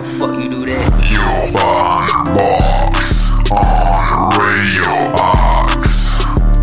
fuck you do that? Urban Box on Radio Axe.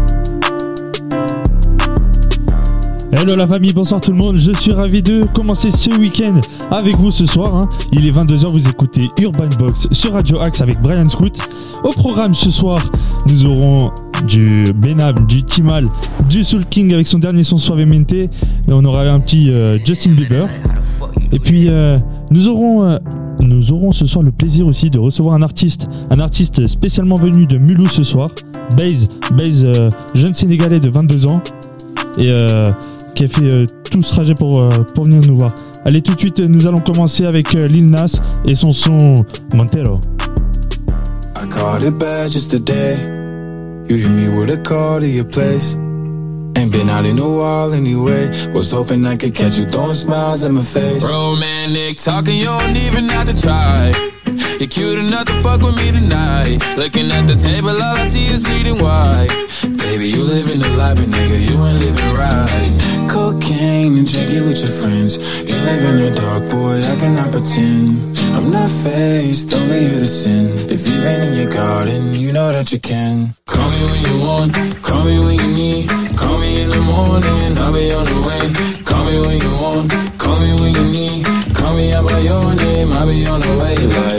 Hello la famille, bonsoir tout le monde, je suis ravi de commencer ce week-end avec vous ce soir. Il est 22h, vous écoutez Urban Box sur Radio Axe avec Brian Scoot. Au programme ce soir, nous aurons du Benam, du Timal, du Soul King avec son dernier son Suavemente. Et on aura un petit Justin Bieber. Et puis nous aurons ce soir le plaisir aussi de recevoir un artiste spécialement venu de Mulhouse ce soir, Baze, jeune Sénégalais de 22 ans et qui a fait tout ce trajet pour venir nous voir. Allez, tout de suite, nous allons commencer avec Lil Nas et son son Montero. I caught it bad just today. You hit me with a call to your place. Ain't been out in a while anyway. Was hoping I could catch you throwing smiles in my face. Romantic talking, you don't even have to try. You're cute enough to fuck with me tonight. Looking at the table, all I see is bleeding white. Baby, you living the life, but nigga, you ain't living right. Cocaine and drinking with your friends. You live in the dark, boy, I cannot pretend. I'm not faced, only here to sin. If you ain't in your garden, you know that you can. Call me when you want, call me when you need. Call me in the morning, I'll be on the way. Call me when you want, call me when you need. Call me out by your name, I'll be on the way. Like,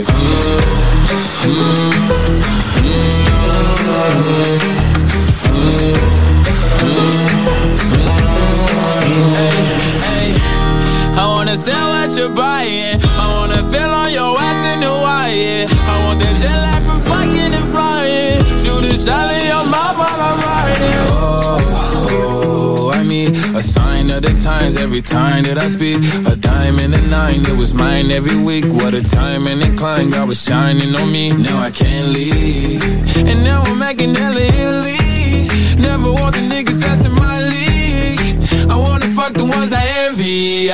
hey, I wanna sell what you're buying. I wanna feel on your ass in Hawaii. I want that jet lag from fucking and flying. Shoot a shot in your mouth while I'm riding. Oh, I mean, a sign of the times every time that I speak. A dime and a nine, it was mine every week. What a time and incline, God was shining on me. Now I can't leave, and now I'm making hella Italy. Never want the niggas that's in my league. I wanna fuck the ones I envy.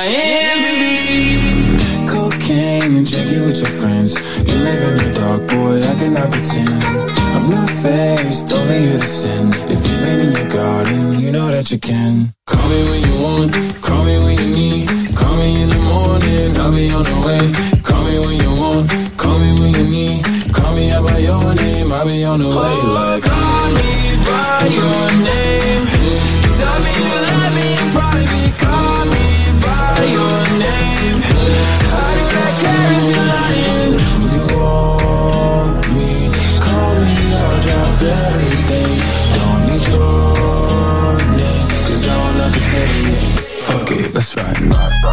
Cocaine and drinking with your friends. You live in the dark, boy, I cannot pretend. I'm not faced, only here to sin. If you ain't in your garden, you know that you can. Call me when you want, call me when you need. Call me in the morning, I'll be on the way. Call me when you want, call me when you need. Call me out by your name, I'll be on the way. Like, call me by your name. Tell me you love me in private. Call me by your name. How do I care if you're lying? When you want me, call me, I'll drop everything. Don't need your name, 'cause I don't have to say it. Fuck it, let's ride.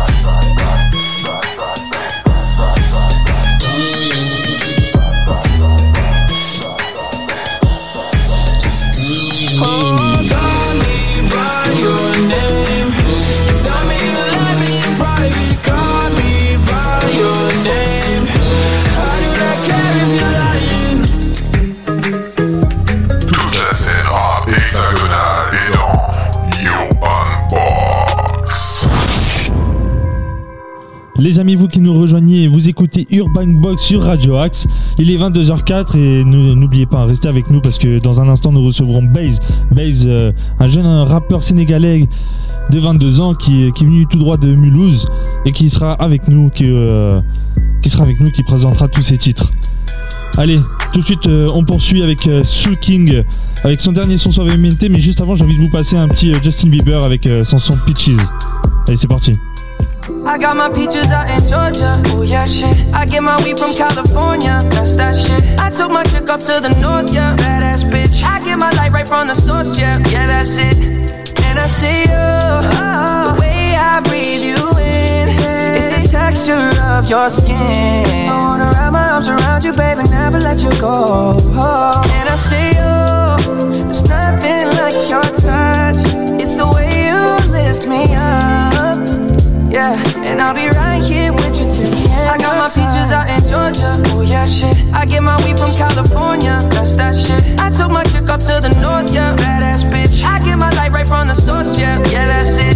Les amis, vous qui nous rejoignez, vous écoutez Urban Box sur Radio Axe. Il est 22h04 et n'oubliez pas, restez avec nous parce que dans un instant nous recevrons Baze, un jeune rappeur sénégalais de 22 ans qui est venu tout droit de Mulhouse et qui sera avec nous, qui présentera tous ses titres. Allez, tout de suite on poursuit avec Soul King avec son dernier son Suavemente, mais juste avant j'ai envie de vous passer un petit Justin Bieber avec son son Peaches. Allez, c'est parti. I got my peaches out in Georgia. Oh yeah, shit. I get my weed from California. That's that shit. I took my chick up to the north, yeah. Badass bitch. I get my light right from the source, yeah. Yeah, that's it. And I see you, the way I breathe you in. It's the texture of your skin. I wanna wrap my arms around you, baby, never let you go. And I see you, there's nothing like your touch. It's the way you lift me up. Yeah, and I'll be right here with you till the end. I got my peaches out in Georgia. Oh yeah, shit. I get my weed from California. That's that shit. I took my chick up to the north, yeah. Badass bitch. I get my light right from the source, yeah. Yeah, that's it.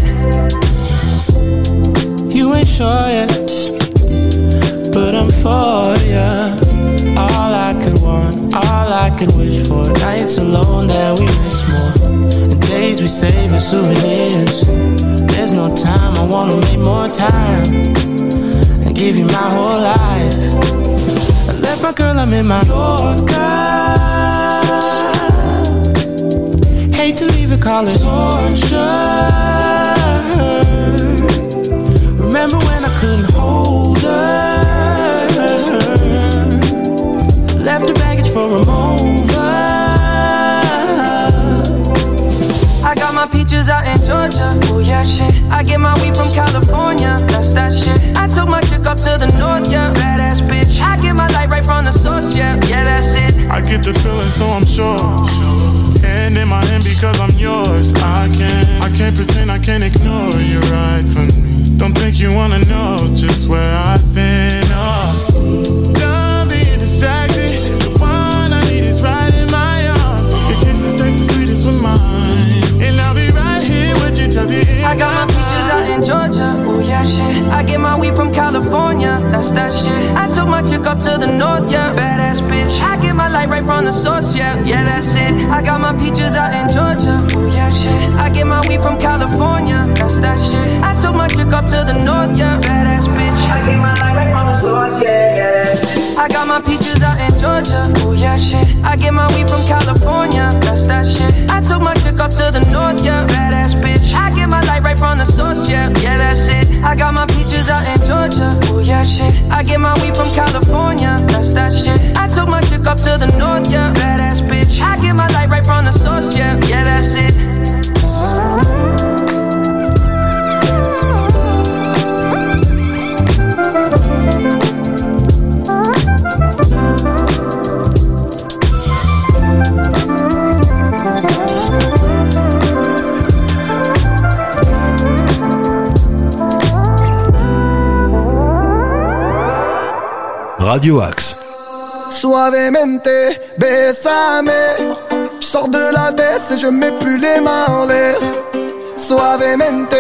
You ain't sure yet, but I'm for ya. All I could want, all I could wish for. Nights alone that we miss more, and days we save as souvenirs. There's no time, I wanna make more time. And give you my whole life. I left my girl, I'm in my Yorker. Hate to leave it, call it torture. Remember when I couldn't hold her? Left her baggage for a mover. I got my peaches out in Georgia. Oh yeah, shit. I get my weed from California. That's that shit. I took my chick up to the north, yeah. Badass bitch. I get my light right from the source, yeah. Yeah, that's it. I get the feeling, so I'm sure. Hand in my hand because I'm yours. I can't pretend, I can't ignore you right from me. Don't think you wanna know just where I've been. Done being distracted. The one I need is right in my arms. Your kisses taste the sweetest with mine. And I'll be right here with you till the end. I got my peaches out in Georgia. Oh yeah, shit. I get my weed from California. That's that shit. I took my chick up to the north, yeah. Badass bitch. I get my light right from the source, yeah. Yeah, that's it. I got my peaches out in Georgia. Oh yeah, shit. I get my weed from California. That's that shit. I took my chick up to the north, yeah. Badass bitch. I get my light right from the source, yeah. Yeah, that's it. I got my peaches out in Georgia. Oh yeah, shit. I get my weed from California. That's that shit. I took my chick up to the north, yeah. Badass bitch. I get my light right from the source, yeah. Yeah, that's it. I got my peaches out in Georgia. Oh yeah, shit. I get my weed from California. That's that shit. I took my chick up to the north, yeah. Badass bitch. I get my light right from the source, yeah. Yeah, that's it. Radio Axe. Suavemente, bésame. J'sors de la baisse et je mets plus les mains en l'air. Suavemente,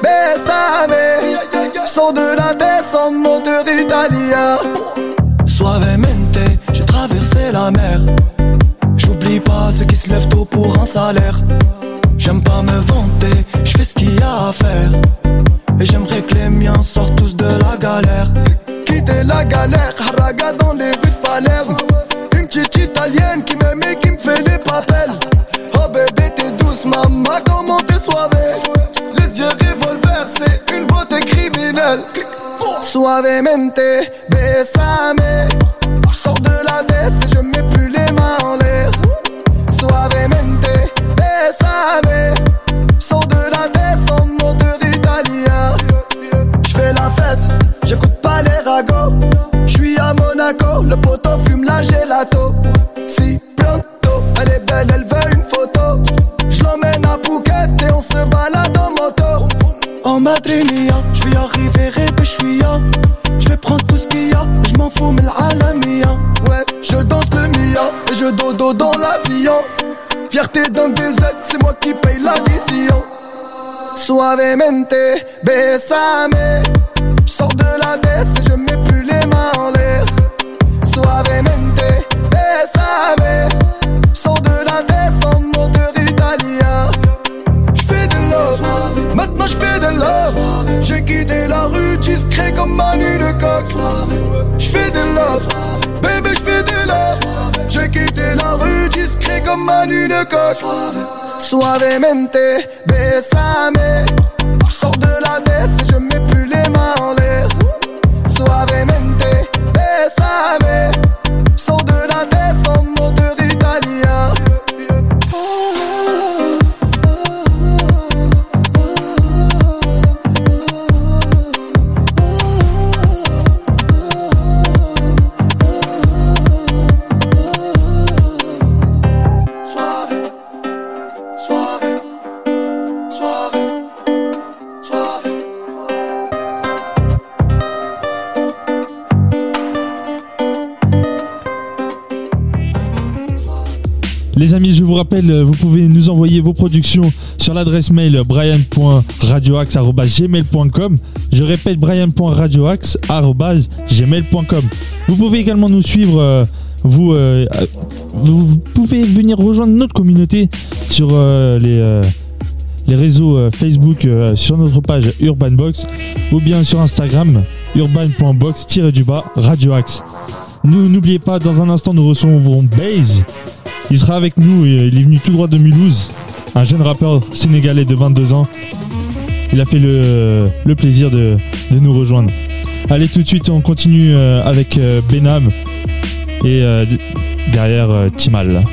bésame. J'sors de la baisse en moteur italien. Suavemente, j'ai traversé la mer. J'oublie pas ceux qui se lèvent tôt pour un salaire. J'aime pas me vanter, j'fais ce qu'il y a à faire. Et j'aimerais que les miens sortent tous de la galère. Quitter la galère, haraga dans les rues de Palerme. Une petite italienne qui m'aime et qui me fait les papels. Oh bébé t'es douce maman, comment t'es soivée. Les yeux revolver, c'est une beauté criminelle. Suavemente, bésame. J'sors de la baisse et je mets plus les mains en l'air. Suavemente, bésame. J'sors de la baisse en moteur italien. J'fais la fête, j'écoute pas les ragots. J'suis à Monaco, le poteau fume la gelato. Si pronto, elle est belle, elle veut une photo. J'l'emmène à Phuket et on se balade en moto. En Madrinia, j'vais arriver Rebéchouia. J'vais prendre tout ce qu'il y a, j'm'en fous mais l'alamia. Ouais, je danse le Mia et je dodo dans l'avion. Fierté d'un DZ, c'est moi qui paye l'addition. Suavemente, bésame. J'sors de la baisse et je mets plus les mains en l'air. Suavemente, bésame. J'sors de la baisse en moteur italien. J'fais de love, maintenant j'fais de love. J'ai quitté la rue discret comme Manu de Coq. J'fais de love, bébé j'fais de love. J'ai quitté la rue discret comme Manu de Coq. Suavemente, bésame. J'sors de la baisse et je mets plus les mains en l'air. Suavemente, bésame. J'sors de la baisse en moteur italien. Les amis, je vous rappelle, vous pouvez nous envoyer vos productions sur l'adresse mail brian.radioaxe@gmail.com. Je répète, brian.radioaxe@gmail.com. Vous pouvez également nous suivre, vous pouvez venir rejoindre notre communauté sur les les réseaux Facebook sur notre page Urban Box ou bien sur Instagram urban.box-Radio Axe. N'oubliez pas, dans un instant nous recevrons Baze. Il sera avec nous, il est venu tout droit de Mulhouse, un jeune rappeur sénégalais de 22 ans. Il a fait le plaisir de nous rejoindre. Allez, tout de suite on continue avec Benam et derrière Timal.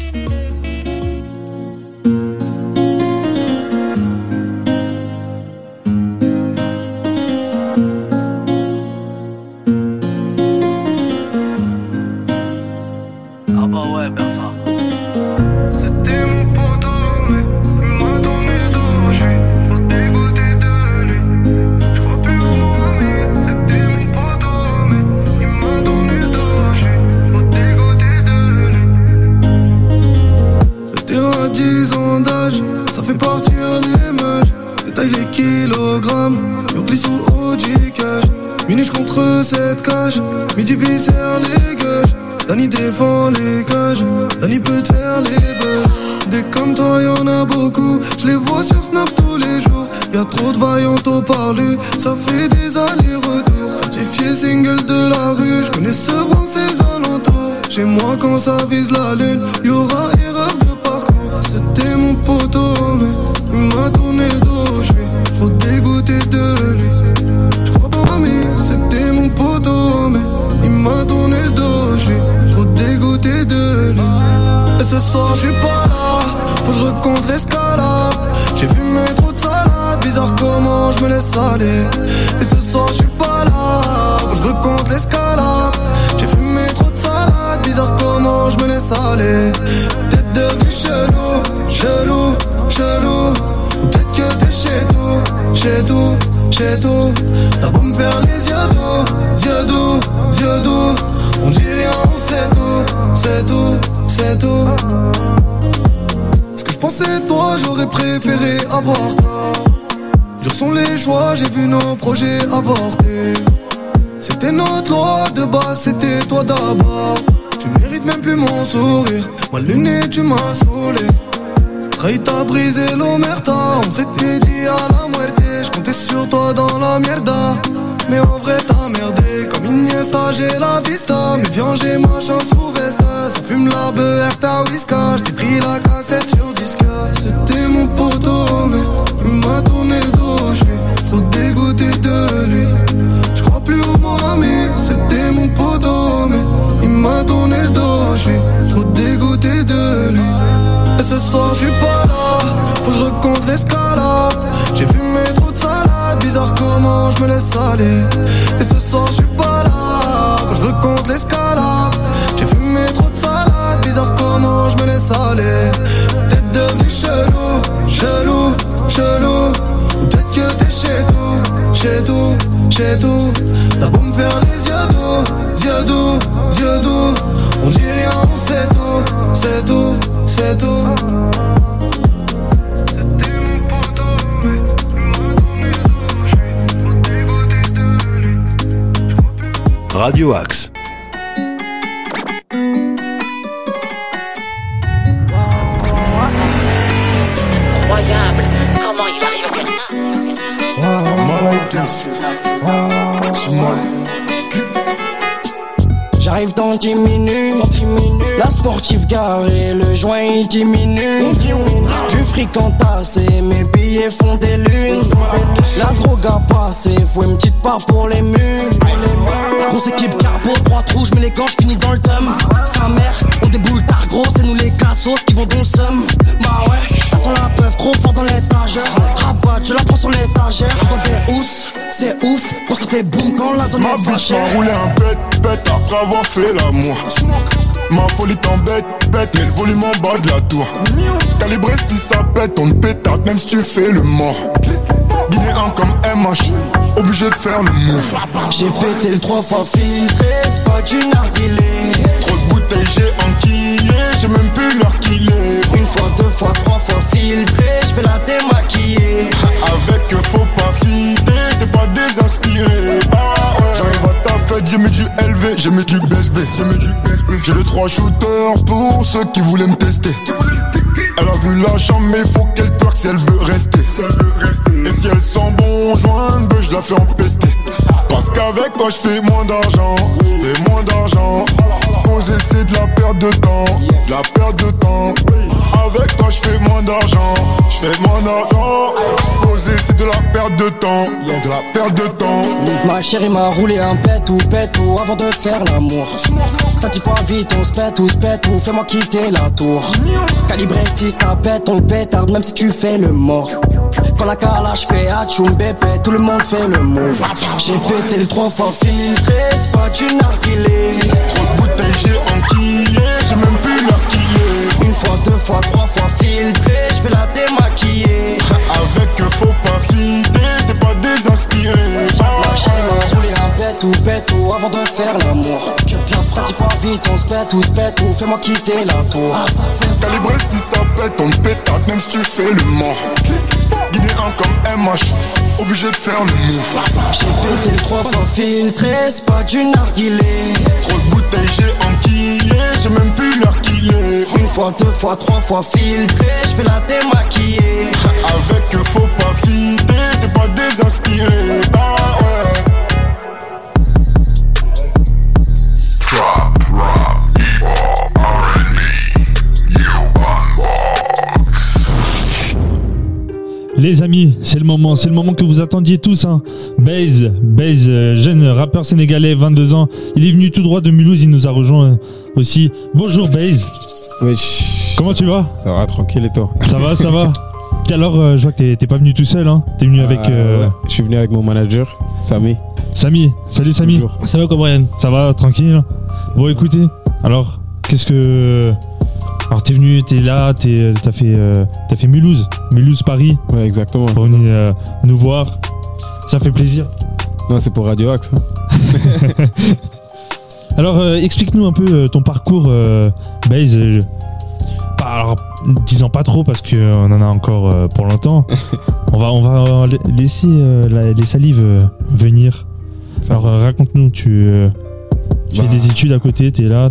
Radio Axe. Incroyable. Comment il arrive à faire ça? J'arrive dans 10 minutes, la sportive garée, le joint il diminue. Du fric entassé, mes billets font des lunes. La drogue a passé, faut une petite part pour les mules. Grosse équipe carbo, droite rouge, mais les gants finis dans le thème. Sa mère, on déboule tard gros, c'est nous les cassos qui vont dans le seum. Bah ouais, ça sent la peuf trop fort dans l'étagère. Rabat, je la prends sur l'étagère. Je dans des housses, c'est ouf, quand ça fait boum quand la zone est fâchée. Ma bitch m'a roulé un pète après avoir fait l'amour. Ma folie t'embête, mais le volume en bas de la tour. Calibré si ça pète, on te pétate même si tu fais le mort. Guinéen comme MH, obligé de faire le move. J'ai pété le 3 fois filtré, c'est pas du narguilé. Trop de bouteilles j'ai enquillé, j'ai même plus l'heure qu'il est. Une fois, 2 fois, 3 fois filtré, j'fais la démaquiller. Avec faut pas fider, c'est pas désinspiré. Ah ouais. J'arrive à ta fête, j'ai mis du LV, j'ai mis du BSB. J'ai les 3 shooters pour ceux qui voulaient me tester. Elle a vu la chambre mais faut qu'elle twerk si elle veut rester. Et si elle sent bon joint, je la fais empester. Parce qu'avec toi je fais moins d'argent. Fais moins d'argent. Poser c'est de la perte de temps. De la perte de temps. Avec toi je fais moins d'argent. Je fais moins d'argent. Poser c'est de la perte de temps. De la perte de temps. Ma chérie m'a roulé un pétou avant de faire l'amour. Ça dit pas vite, on se pète ou fais-moi quitter la tour. Calibré si ça pète, on le pétarde même si tu fais le mort. Quand la calage fait atchoum bébé, tout le monde fait le move. J'ai pété le 3 fois filtré, c'est pas du narguilé. Trop de bouteilles j'ai enquillé, j'ai même plus l'heure qui est. Une fois, 2 fois, 3 fois filtré, je vais la démaquiller. Avec faut pas fider, c'est pas désinspiré. Ma chérie m'a roulé un pétou avant de faire l'amour. Ça dit pas vite, on se pète ou fais-moi quitter la tour. Calibré si ça pète, on pétate même si tu fais le mort. Guinéen comme MH, obligé de faire le move. J'ai pété le 3 fois filtré, c'est pas du narguilé. Trop de bouteilles j'ai enquillé, j'ai même plus l'heure qu'il est. Une fois, 2 fois, 3 fois filtré, je vais la démaquiller. Avec faut pas fider, c'est pas désinspiré. Ah ouais. Trap, rap, hip-hop, R&B, Urban Box. Les amis, c'est le moment que vous attendiez tous. Hein. Baze, jeune rappeur sénégalais, 22 ans. Il est venu tout droit de Mulhouse, il nous a rejoint aussi. Bonjour Baze. Wesh. Comment tu vas ? Ça va, tranquille et toi ? Ça va. Puis alors, je vois que t'es pas venu tout seul, hein. T'es venu avec... Ouais. Je suis venu avec mon manager, Samy. Salut Samy. Bonjour. Ça va quoi Brian ? Ça va, tranquille. Bon écoutez, alors, qu'est-ce que... Alors t'es venu, t'es là, t'as fait Mulhouse, Paris. Ouais, exactement. Pour venir nous voir. Ça fait plaisir. Non, c'est pour Radio Axe. Hein. Alors explique-nous un peu ton parcours, Baze. Alors, disons pas trop parce qu'on en a encore pour longtemps. On va laisser les salives venir. Alors raconte-nous, tu fais des études à côté, t'es là,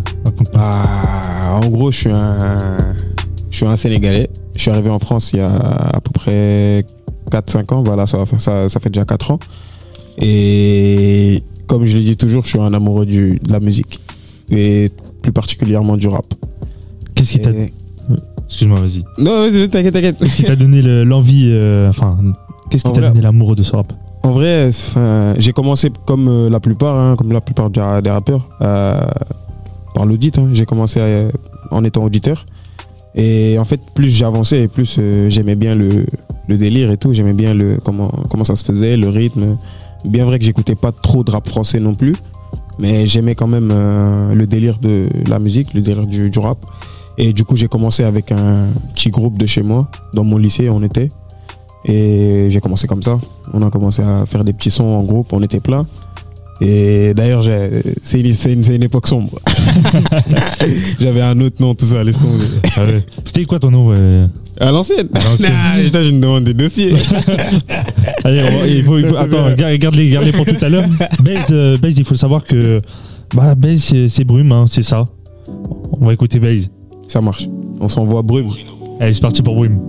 en gros, je suis un Sénégalais. Je suis arrivé en France il y a à peu près 4-5 ans. Voilà, ça fait déjà 4 ans. Et comme je le dis toujours, je suis un amoureux de la musique. Et plus particulièrement du rap. Qu'est-ce qui t'a... Excuse-moi, vas-y. Non, vas-y, t'inquiète. Qu'est-ce qui t'a donné l'envie... qu'est-ce qui t'a donné l'amour de ce rap ? En vrai, j'ai commencé comme la plupart des rappeurs, par l'audit. Hein. J'ai commencé en étant auditeur. Et en fait, plus j'ai avancé et plus j'aimais bien le délire et tout. J'aimais bien comment ça se faisait, le rythme. Bien vrai que j'écoutais pas trop de rap français non plus. Mais j'aimais quand même le délire de la musique, le délire du rap. Et du coup, j'ai commencé avec un petit groupe de chez moi. Dans mon lycée, on était. Et j'ai commencé comme ça. On a commencé à faire des petits sons en groupe. On était plein. Et d'ailleurs, c'est une époque sombre. J'avais un autre nom, tout ça, laisse tomber. Ah ouais. C'était quoi ton nom À l'ancienne. Putain, je me demande des dossiers. Allez, il faut attends, garde-les pour tout à l'heure. Baze, il faut savoir que Baze, c'est Brume, hein, c'est ça. On va écouter Baze. Ça marche. On s'envoie Brume. Allez, c'est parti pour Brume.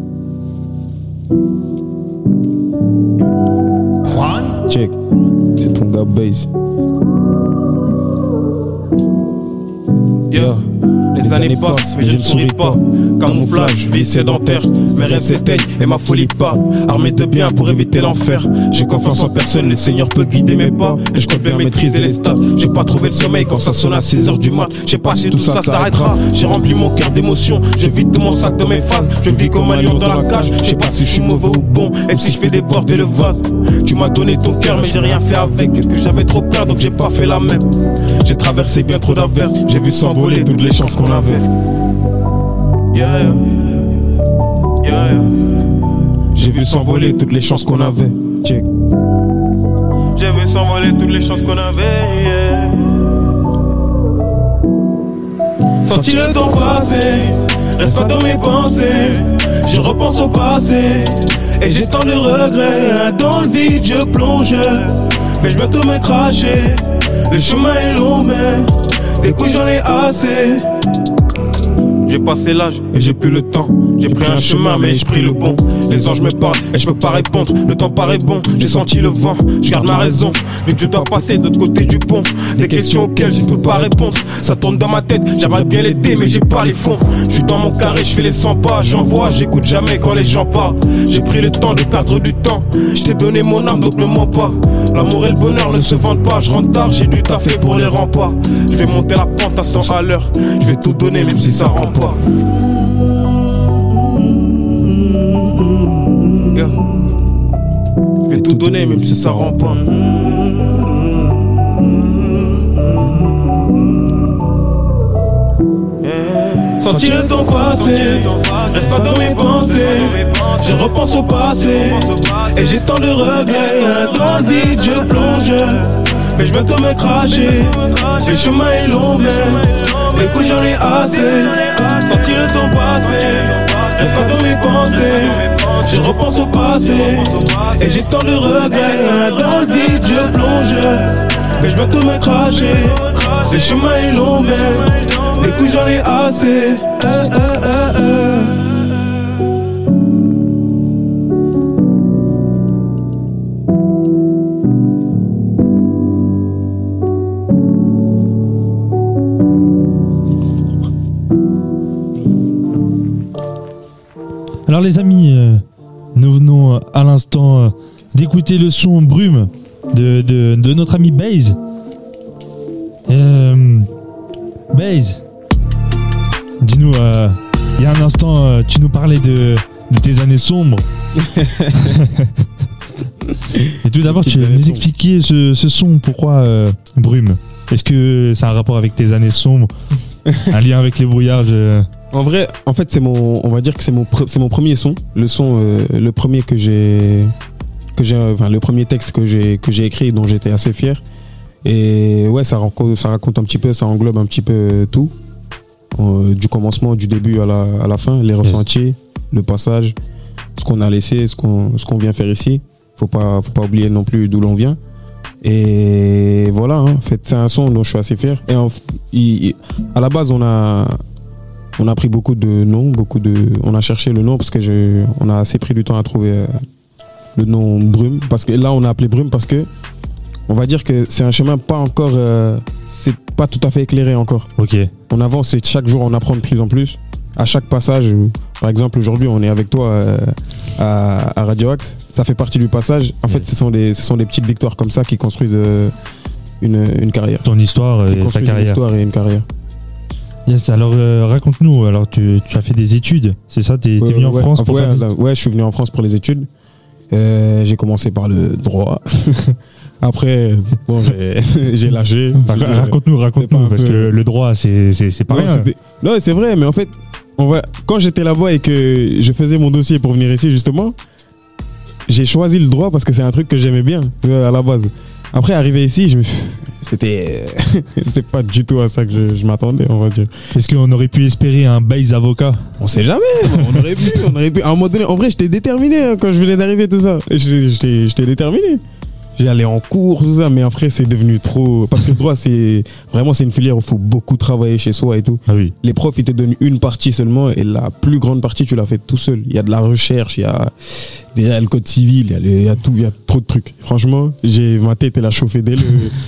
Check. C'est ton gars Baze. Yeah. Les années passent, mais je ne souris pas. Camouflage, vie sédentaire. Mes rêves s'éteignent et ma folie part. Armé de biens pour éviter l'enfer. J'ai confiance en personne, le Seigneur peut guider mes pas. Et je compte bien maîtriser les stats. J'ai pas trouvé le sommeil quand ça sonne à 6h du mat. Je sais pas si tout ça s'arrêtera. J'ai rempli mon cœur d'émotions. Je vide tout mon sac de mes phases. Je vis comme un lion dans la cage. Je sais pas si je suis mauvais ou bon. Et si je fais déborder le vase. Tu m'as donné ton cœur mais j'ai rien fait avec. Est-ce que j'avais trop peur donc j'ai pas fait la même. J'ai traversé bien trop d'averses. J'ai vu s'envoler toutes les chances qu'on avait. Yeah. J'ai vu s'envoler toutes les chances qu'on avait. Check. J'ai vu s'envoler toutes les chances qu'on avait. Yeah. Senti le temps passer, reste pas dans mes pensées. Je repense au passé et j'ai tant de regrets. Dans le vide je plonge, vais-je bientôt me cracher. Le chemin est long mais des coups j'en ai assez. J'ai passé l'âge et j'ai plus le temps. J'ai pris un chemin mais j'ai pris le bon. Les anges me parlent et je peux pas répondre. Le temps paraît bon, j'ai senti le vent. Je garde ma raison, vu que je dois passer de l'autre côté du pont. Des questions auxquelles je peux pas répondre. Ça tourne dans ma tête, j'aimerais bien l'aider mais j'ai pas les fonds. Je suis dans mon carré, je fais les 100 pas. J'envoie, j'écoute jamais quand les gens parlent. J'ai pris le temps de perdre du temps. Je t'ai donné mon âme donc ne mens pas. L'amour et le bonheur ne se vendent pas. Je rentre tard, j'ai dû taffer pour les remparts. Je vais monter la pente à 100 à l'heure. Je vais tout donner même si ça rend pas. Yeah. Je vais tout donner même si ça rend pas. Sorti le temps passé, reste pas dans mes pensées. Je repense au passé et j'ai tant de regrets. Dans le vide je plonge, mais je bientôt me cracher. Le chemin est long mais les coups j'en ai assez. Sorti le temps passé, reste pas dans mes pensées. Je repense au passé et j'ai tant de regrets. Dans le vide je plonge, mais je bientôt me cracher. Le chemin est long mais les coups j'en ai assez. Alors les amis, nous venons à l'instant d'écouter le son Brume de notre ami Baze. Baze, dis-nous, il y a un instant, tu nous parlais de tes années sombres. Et tout d'abord, tu vas nous expliquer ce son, pourquoi Brume. Est-ce que ça a un rapport avec tes années sombres? Un lien avec les brouillards En vrai, en fait, on va dire que c'est mon premier son. Le premier le premier texte que j'ai écrit, dont j'étais assez fier. Et ouais, ça raconte un petit peu, ça englobe un petit peu tout. Du commencement, du début à la fin, les ressentis, le passage, ce qu'on a laissé, ce qu'on vient faire ici. Faut pas oublier non plus d'où l'on vient. Et voilà, hein, en fait, c'est un son dont je suis assez fier. Et à la base, on a pris beaucoup de noms, on a cherché le nom parce que on a assez pris du temps à trouver le nom Brume. Parce que là, on a appelé Brume parce que on va dire que c'est un chemin pas encore, c'est pas tout à fait éclairé encore. Ok. On avance et chaque jour on apprend de plus en plus. À chaque passage, par exemple aujourd'hui on est avec toi à Radio Axe, ça fait partie du passage. En fait, ce sont des petites victoires comme ça qui construisent une carrière. Ton histoire et ta carrière. Une histoire et une carrière. Yes, alors raconte-nous, alors tu as fait des études, c'est ça? T'es venu en France pour faire ouais, je suis venu en France pour les études. J'ai commencé par le droit. Après, bon, j'ai lâché. Raconte-nous, parce que le droit, c'est pas rien. Non, c'est vrai, mais en fait, quand j'étais là-bas et que je faisais mon dossier pour venir ici, justement, j'ai choisi le droit parce que c'est un truc que j'aimais bien, à la base. Après, arrivé ici, c'est pas du tout à ça que je m'attendais, on va dire. Est-ce qu'on aurait pu espérer un Baze avocat? On sait jamais, on aurait pu. À un moment donné, en vrai, j'étais déterminé hein, quand je venais d'arriver, tout ça. J'étais déterminé. J'ai allé en cours, tout ça, mais après c'est devenu trop. Parce que le droit, c'est une filière où il faut beaucoup travailler chez soi et tout. Ah oui. Les profs, ils te donnent une partie seulement et la plus grande partie, tu l'as fait tout seul. Il y a de la recherche, il y a déjà le code civil, il y a tout, il y a trop de trucs. Franchement, ma tête, elle a chauffé dès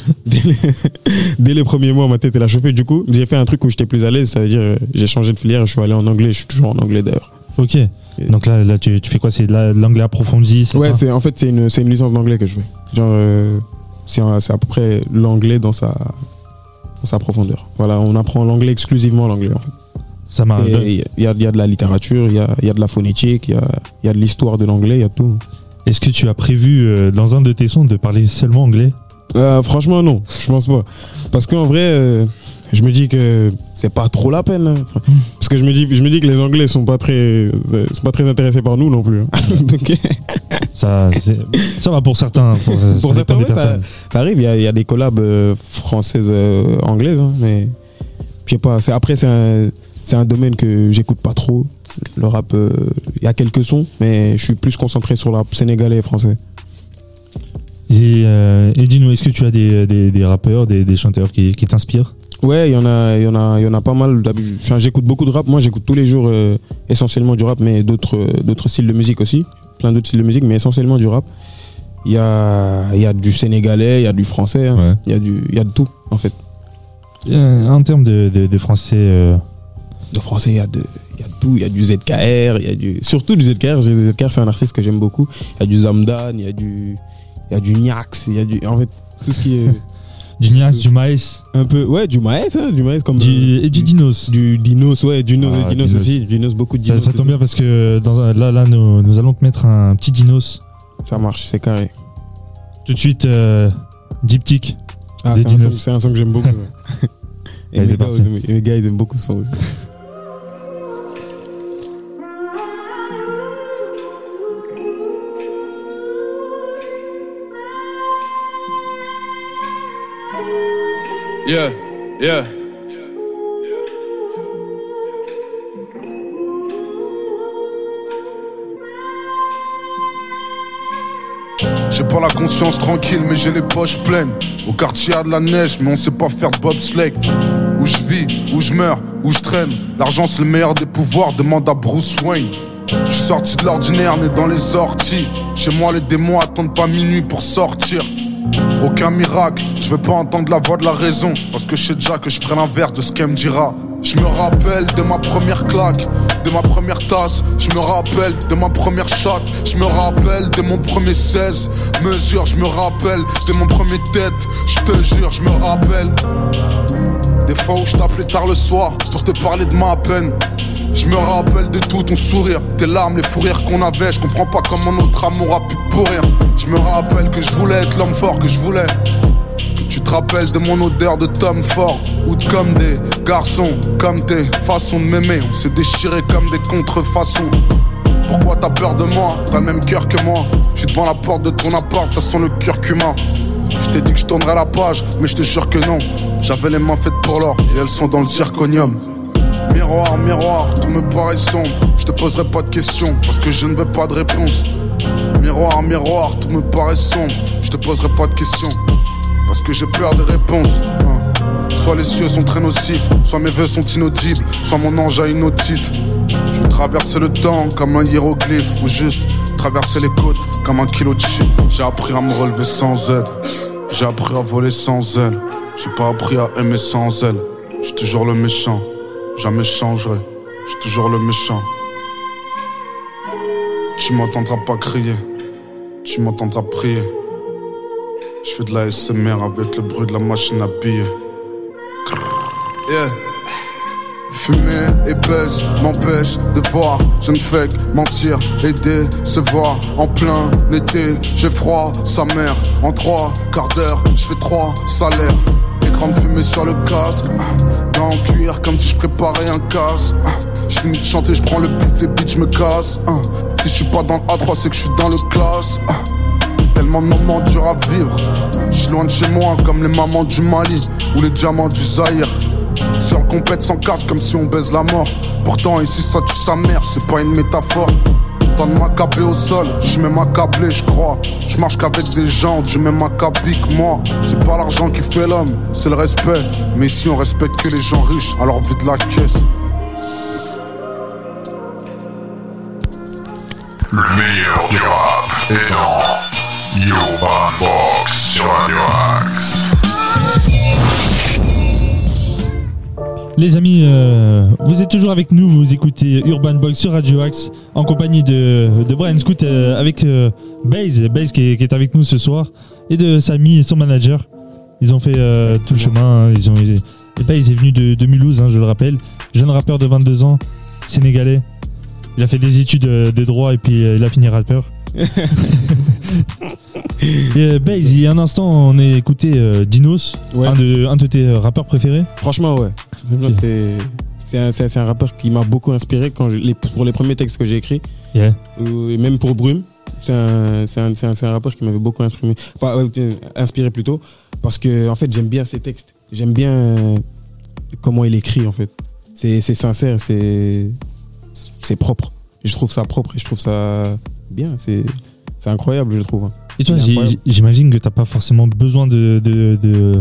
les premiers mois, ma tête, elle a chauffé. Du coup, j'ai fait un truc où j'étais plus à l'aise, ça veut dire j'ai changé de filière, je suis allé en anglais, je suis toujours en anglais d'ailleurs. Ok. Donc là tu fais quoi? C'est de l'anglais approfondi? Ouais, c'est une licence d'anglais que je fais. Genre, c'est à peu près l'anglais dans sa profondeur. Voilà, on apprend l'anglais, exclusivement l'anglais en fait. Ça marche. Il y a de la littérature, il y a de la phonétique, il y a de l'histoire de l'anglais, il y a tout. Est-ce que tu as prévu dans un de tes sons de parler seulement anglais? Franchement non, je pense pas. Parce qu'en vrai, je me dis que c'est pas trop la peine. Hein. Parce que je me dis que les Anglais sont pas très intéressés par nous non plus. Donc, ça va pour certains. Pour certains, ouais, ça arrive. Il y a des collabs françaises, anglaises, hein, mais je sais pas. Après, c'est un domaine que j'écoute pas trop. Le rap, il y a quelques sons, mais je suis plus concentré sur le rap sénégalais et français. Et dis-nous, est-ce que tu as des rappeurs, des chanteurs qui t'inspirent? Ouais, il y en a pas mal. Enfin, j'écoute beaucoup de rap. Moi, j'écoute tous les jours essentiellement du rap, mais d'autres styles de musique aussi. Plein d'autres styles de musique, mais essentiellement du rap. Il y a du sénégalais, il y a du français, hein. Il y a de tout, en fait. En termes de français... De français, il y a de tout. Il y a du ZKR, surtout du ZKR. ZKR, c'est un artiste que j'aime beaucoup. Il y a du Zamdan, il y a du Niax, en fait, tout ce qui est... Du Niax, du Maes. Un peu, ouais, du Maes comme... Et du Dinos. Du Dinos, ouais, Dinos aussi. Dinos, beaucoup de Dinos. Ça tombe bien parce que là nous allons te mettre un petit Dinos. Ça marche, c'est carré. Tout de suite, Diptyque. Ah, c'est un son que j'aime beaucoup. Et mes gars, ils aiment beaucoup ce son aussi. Yeah, yeah. J'ai pas la conscience tranquille, mais j'ai les poches pleines. Au quartier y'a de la neige, mais on sait pas faire de bobsleigh. Où je vis, où je meurs, où je traîne. L'argent c'est le meilleur des pouvoirs, demande à Bruce Wayne. Je suis sorti de l'ordinaire, né dans les orties. Chez moi les démons attendent pas minuit pour sortir. Aucun miracle, je veux pas entendre la voix de la raison. Parce que je sais déjà que je ferai l'inverse de ce qu'elle me dira. Je me rappelle de ma première claque, de ma première tasse. Je me rappelle de ma première chatte. Je me rappelle de mon premier 16 mesures. Je me rappelle de mon premier tête. Je te jure, je me rappelle des fois où je t'appelais tard le soir pour te parler de ma peine. Je me rappelle de tout ton sourire, tes larmes, les fous rires qu'on avait. Je comprends pas comment notre amour a pu pourrir. Je me rappelle que je voulais être l'homme fort que je voulais. Que tu te rappelles de mon odeur de Tom Ford. Ou de comme des garçons, comme tes façons de m'aimer. On s'est déchirés comme des contrefaçons. Pourquoi t'as peur de moi? T'as le même cœur que moi. Je suis devant la porte de ton appart, ça sent le curcuma. Je t'ai dit que je tournerais la page, mais je te jure que non. J'avais les mains faites pour l'or et elles sont dans le zirconium. Miroir, miroir, tout me paraît sombre. Je te poserai pas de questions parce que je ne veux pas de réponse. Miroir, miroir, tout me paraît sombre. Je te poserai pas de questions parce que j'ai peur des réponses. Soit les cieux sont très nocifs, soit mes vœux sont inaudibles, soit mon ange a une otite. Je veux traverser le temps comme un hiéroglyphe, ou juste traverser les côtes comme un kilo de shit. J'ai appris à me relever sans aide, j'ai appris à voler sans aile. J'ai pas appris à aimer sans elle. J'suis toujours le méchant, jamais changerai. J'suis toujours le méchant. Tu m'entendras pas crier, tu m'entendras prier. J'fais de la ASMR avec le bruit de la machine à billets. Yeah. Fumer et baise m'empêche de voir. Je ne fais que mentir et décevoir. En plein été, j'ai froid, sa mère. En 3 quarts d'heure, je fais 3 salaires. Écran de fumée sur le casque, dans le cuir comme si je préparais un casse. Je finis de chanter, je prends le pif, les beats, je me casse. Si je suis pas dans le A3, c'est que je suis dans le classe. Tellement de moments durs à vivre. Je suis loin de chez moi comme les mamans du Mali ou les diamants du Zaïre. Si on compète sans casque comme si on baise la mort. Pourtant ici ça tue sa mère, c'est pas une métaphore. Temps de m'accabler au sol, j'suis même accablé je crois. J'marche qu'avec des gens, j'ai même accablé que moi. C'est pas l'argent qui fait l'homme, c'est le respect. Mais ici on respecte que les gens riches, alors vu de la caisse. Le meilleur du rap est dans Urban Box sur Radio Axe. Les amis, vous êtes toujours avec nous, vous écoutez Urban Box sur Radio Axe en compagnie de Brian Scoot avec Baze qui est avec nous ce soir et de Samy et son manager. Ils ont fait tout le chemin, et Baze est venu de Mulhouse, je le rappelle, jeune rappeur de 22 ans, sénégalais. Il a fait des études de droit et puis il a fini rappeur. Et Baze, il y a un instant on a écouté Dinos, ouais. un de tes rappeurs préférés. Franchement ouais, c'est un rappeur qui m'a beaucoup inspiré pour les premiers textes que j'ai écrits, yeah. Et même pour Brume. C'est un rappeur qui m'avait beaucoup inspiré plutôt, parce que en fait j'aime bien ses textes, j'aime bien comment il écrit en fait. C'est sincère, c'est propre. Je trouve ça propre et je trouve ça bien. C'est incroyable, je trouve. Et toi, j'imagine que t'as pas forcément besoin de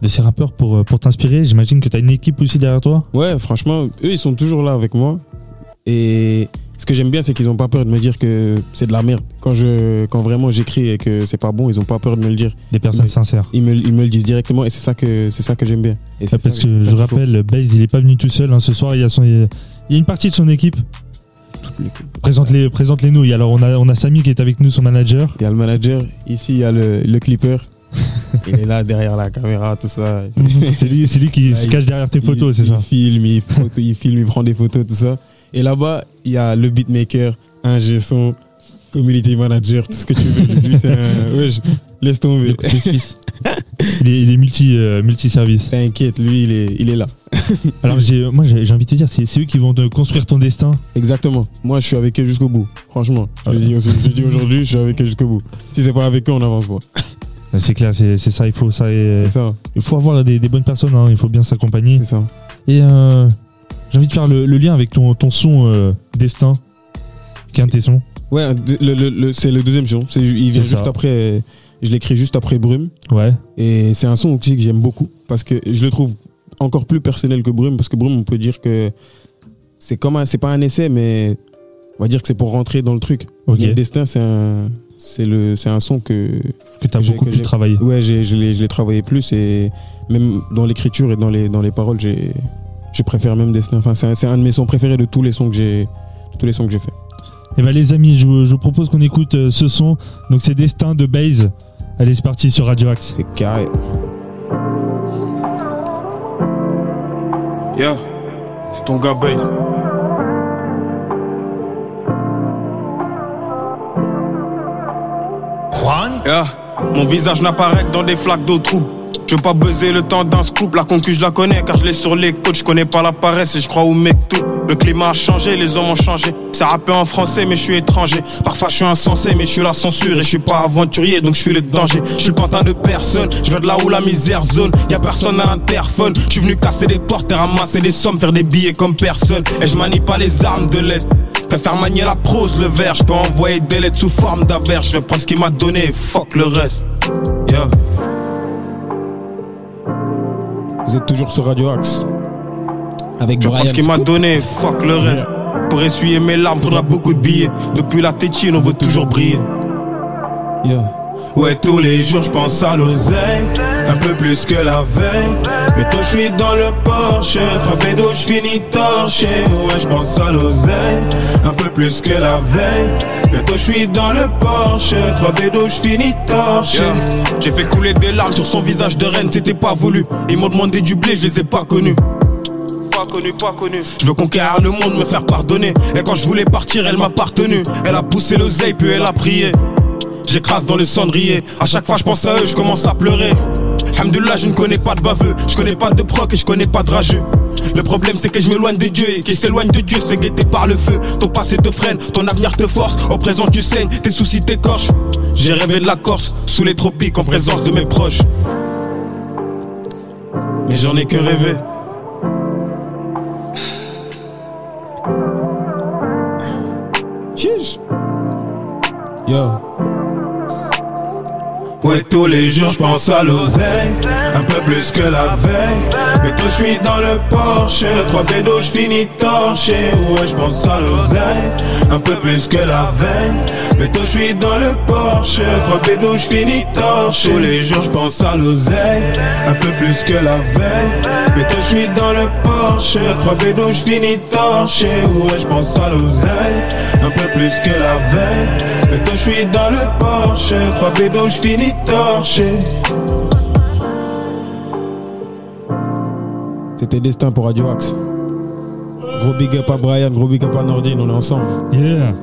ces rappeurs pour t'inspirer? J'imagine que tu as une équipe aussi derrière toi. Ouais, franchement, eux, ils sont toujours là avec moi. Et ce que j'aime bien, c'est qu'ils n'ont pas peur de me dire que c'est de la merde. Quand vraiment j'écris et que c'est pas bon, ils n'ont pas peur de me le dire. Des personnes sincères. Ils me le disent directement et c'est ça que j'aime bien. Et parce que je rappelle, Baze, il est pas venu tout seul. Hein. Ce soir, il y a une partie de son équipe. Présente-les nous. Alors on a Samy qui est avec nous, son manager. Il y a le manager. Ici, il y a le clipper. Il est là derrière la caméra, tout ça. C'est lui qui se cache derrière tes photos, c'est ça? Il filme, il prend des photos, tout ça. Et là-bas, il y a le beatmaker, ingé son, community manager, tout ce que tu veux. Lui, c'est un... Ouais, laisse tomber. Il est multi-service. T'inquiète, lui, il est là. Alors, j'ai envie de te dire, c'est eux qui vont te construire ton destin. Exactement. Moi, je suis avec eux jusqu'au bout. Franchement. Je dis aujourd'hui, je suis avec eux jusqu'au bout. Si c'est pas avec eux, on n'avance pas. C'est clair, c'est ça, il faut ça. Il faut avoir des bonnes personnes, hein, il faut bien s'accompagner. C'est ça. Et j'ai envie de faire le lien avec ton son Destin, qui est un de tes sons. Ouais, c'est le deuxième son. Il vient juste après. Je l'écris juste après Brume. Ouais. Et c'est un son aussi que j'aime beaucoup parce que je le trouve encore plus personnel que Brume, parce que Brume, on peut dire que c'est pas un essai, mais on va dire que c'est pour rentrer dans le truc. Okay. Mais Destin, c'est un son que tu as beaucoup plus travaillé. Ouais, je l'ai travaillé plus, et même dans l'écriture et dans les paroles, je préfère même Destin. Enfin, c'est un de mes sons préférés de tous les sons que j'ai fait. Et ben les amis, je vous propose qu'on écoute ce son. Donc c'est Destin de Baze. Allez, c'est parti sur Radio Axe. C'est carré. Yeah, c'est ton gars Baze. Yeah, mon visage n'apparaît que dans des flaques d'eau trouble. Je veux pas buzzer le temps d'un scoop. La concu je la connais car je l'ai sur les côtes. Je connais pas la paresse et je crois au mec tout. Le climat a changé, les hommes ont changé. C'est rappé en français mais je suis étranger. Parfois je suis insensé mais je suis la censure. Et je suis pas aventurier donc je suis le danger. Je suis le pantin de personne, je viens de là où la misère zone. Y'a personne à l'interphone. Je suis venu casser des portes et ramasser des sommes, faire des billets comme personne. Et je manie pas les armes de l'Est. Préfère manier la prose, le verre. Je peux envoyer des lettres sous forme d'averse. Je vais prendre ce qu'il m'a donné, fuck le reste. Yeah. Vous êtes toujours sur Radio Axe avec je Brian. prends ce qu'il m'a donné, fuck le reste. Pour essuyer mes larmes, faudra beaucoup de billets. Depuis la tétine, on veut toujours briller. Yeah. Ouais, tous les jours, je pense à l'oseille. Un peu plus que la veille. Mais toi, je suis dans le Porsche. Frappé d'eau, je finis torché. Ouais, je pense à l'oseille. Un peu plus que la veille. Mais toi, je suis dans le Porsche. Frappé d'eau, je finis torché. Yeah. J'ai fait couler des larmes sur son visage de reine, c'était pas voulu. Ils m'ont demandé du blé, je les ai pas connus. Pas connu. Je veux conquérir le monde, me faire pardonner. Et quand je voulais partir, elle m'a partenu. Elle a poussé l'oseille, puis elle a prié. J'écrase dans le cendrier. À chaque fois je pense à eux, je commence à pleurer. Alhamdoulilah, je ne connais pas de baveux. Je connais pas de proc et je connais pas de rageux. Le problème c'est que je m'éloigne de Dieu. Et qui s'éloigne de Dieu se fait guetter par le feu. Ton passé te freine, ton avenir te force. Au présent tu saignes, tes soucis t'écorchent. J'ai rêvé de la Corse, sous les tropiques, en présence de mes proches. Mais j'en ai que rêvé. Yo. Ouais, tous les jours je pense à l'oseille. Un peu plus que la veille. Mais toi je suis dans le Porsche. 3 pédos je finis torché. Ouais, je pense à l'oseille. Un peu plus que la veille. Mais toi je suis dans le Porsche. 3 pédos je finis torché. Tous les jours je pense à l'oseille. Un peu plus que la veille. Mais toi je suis dans le Porsche. 3 pédos je finis torché. Ouais, je pense à l'oseille. Un peu plus que la veille. Mais toi je suis dans le Porsche. 3 pédos je finis torché. C'était Destin pour Radio Axe. Gros big up à Brian, gros big up à Nordine, on est ensemble. Yeah.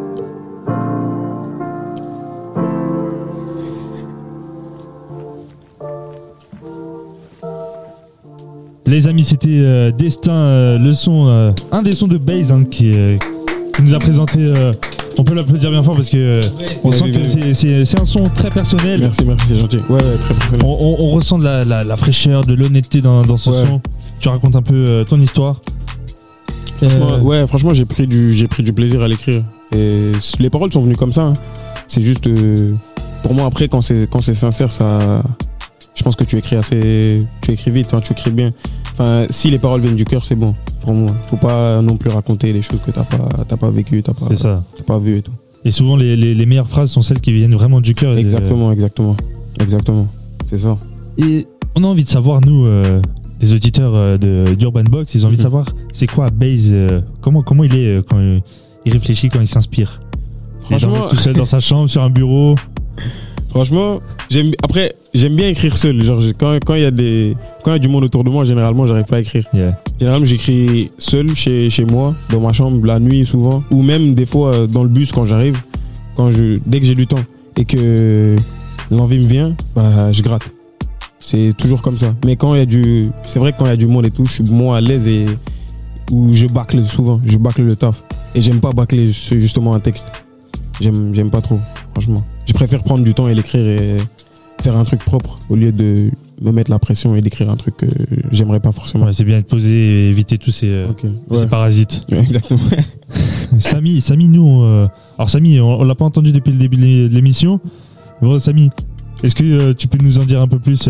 Les amis, c'était Destin, le son, un des sons de Baze hein, qui nous a présenté. On peut l'applaudir bien fort parce que on sent que c'est un son très personnel. Merci, c'est gentil. Ouais, très personnel. On ressent de la fraîcheur, de l'honnêteté dans ce son. Tu racontes un peu ton histoire. Ouais, franchement, j'ai pris du plaisir à l'écrire. Et les paroles sont venues comme ça. Hein. C'est juste, pour moi, après, quand c'est sincère, ça je pense que tu écris vite, tu écris bien. Enfin, si les paroles viennent du cœur, c'est bon pour moi. Faut pas non plus raconter les choses que t'as pas vécu, t'as pas vu et tout. Et souvent les meilleures phrases sont celles qui viennent vraiment du cœur. Exactement. C'est ça. Et on a envie de savoir, nous, les auditeurs d'Urban Box, ils ont envie de savoir c'est quoi Baze, comment il est quand il réfléchit, quand il s'inspire. Franchement, tout seul dans sa chambre, sur un bureau. Franchement, j'aime bien écrire seul. Genre, quand il y a du monde autour de moi, généralement, j'arrive pas à écrire. Yeah. Généralement, j'écris seul chez moi, dans ma chambre, la nuit souvent, ou même des fois dans le bus quand j'arrive, dès que j'ai du temps et que l'envie me vient, bah, je gratte. C'est toujours comme ça. Mais c'est vrai que quand il y a du monde et tout, je suis moins à l'aise et où je bâcle souvent, je bâcle le taf. Et j'aime pas bâcler justement un texte. J'aime pas trop, franchement. Je préfère prendre du temps et l'écrire et faire un truc propre au lieu de me mettre la pression et d'écrire un truc que j'aimerais pas forcément. Ouais, c'est bien de poser et éviter tous ces parasites. Ouais, exactement. Samy, nous, alors Samy, on l'a pas entendu depuis le début de l'émission. Bon, Samy, est-ce que tu peux nous en dire un peu plus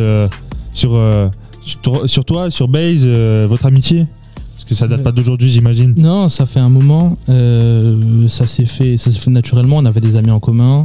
sur toi, sur Baze, votre amitié? Parce que ça date pas d'aujourd'hui, j'imagine. Non, ça fait un moment. Ça s'est fait naturellement. On avait des amis en commun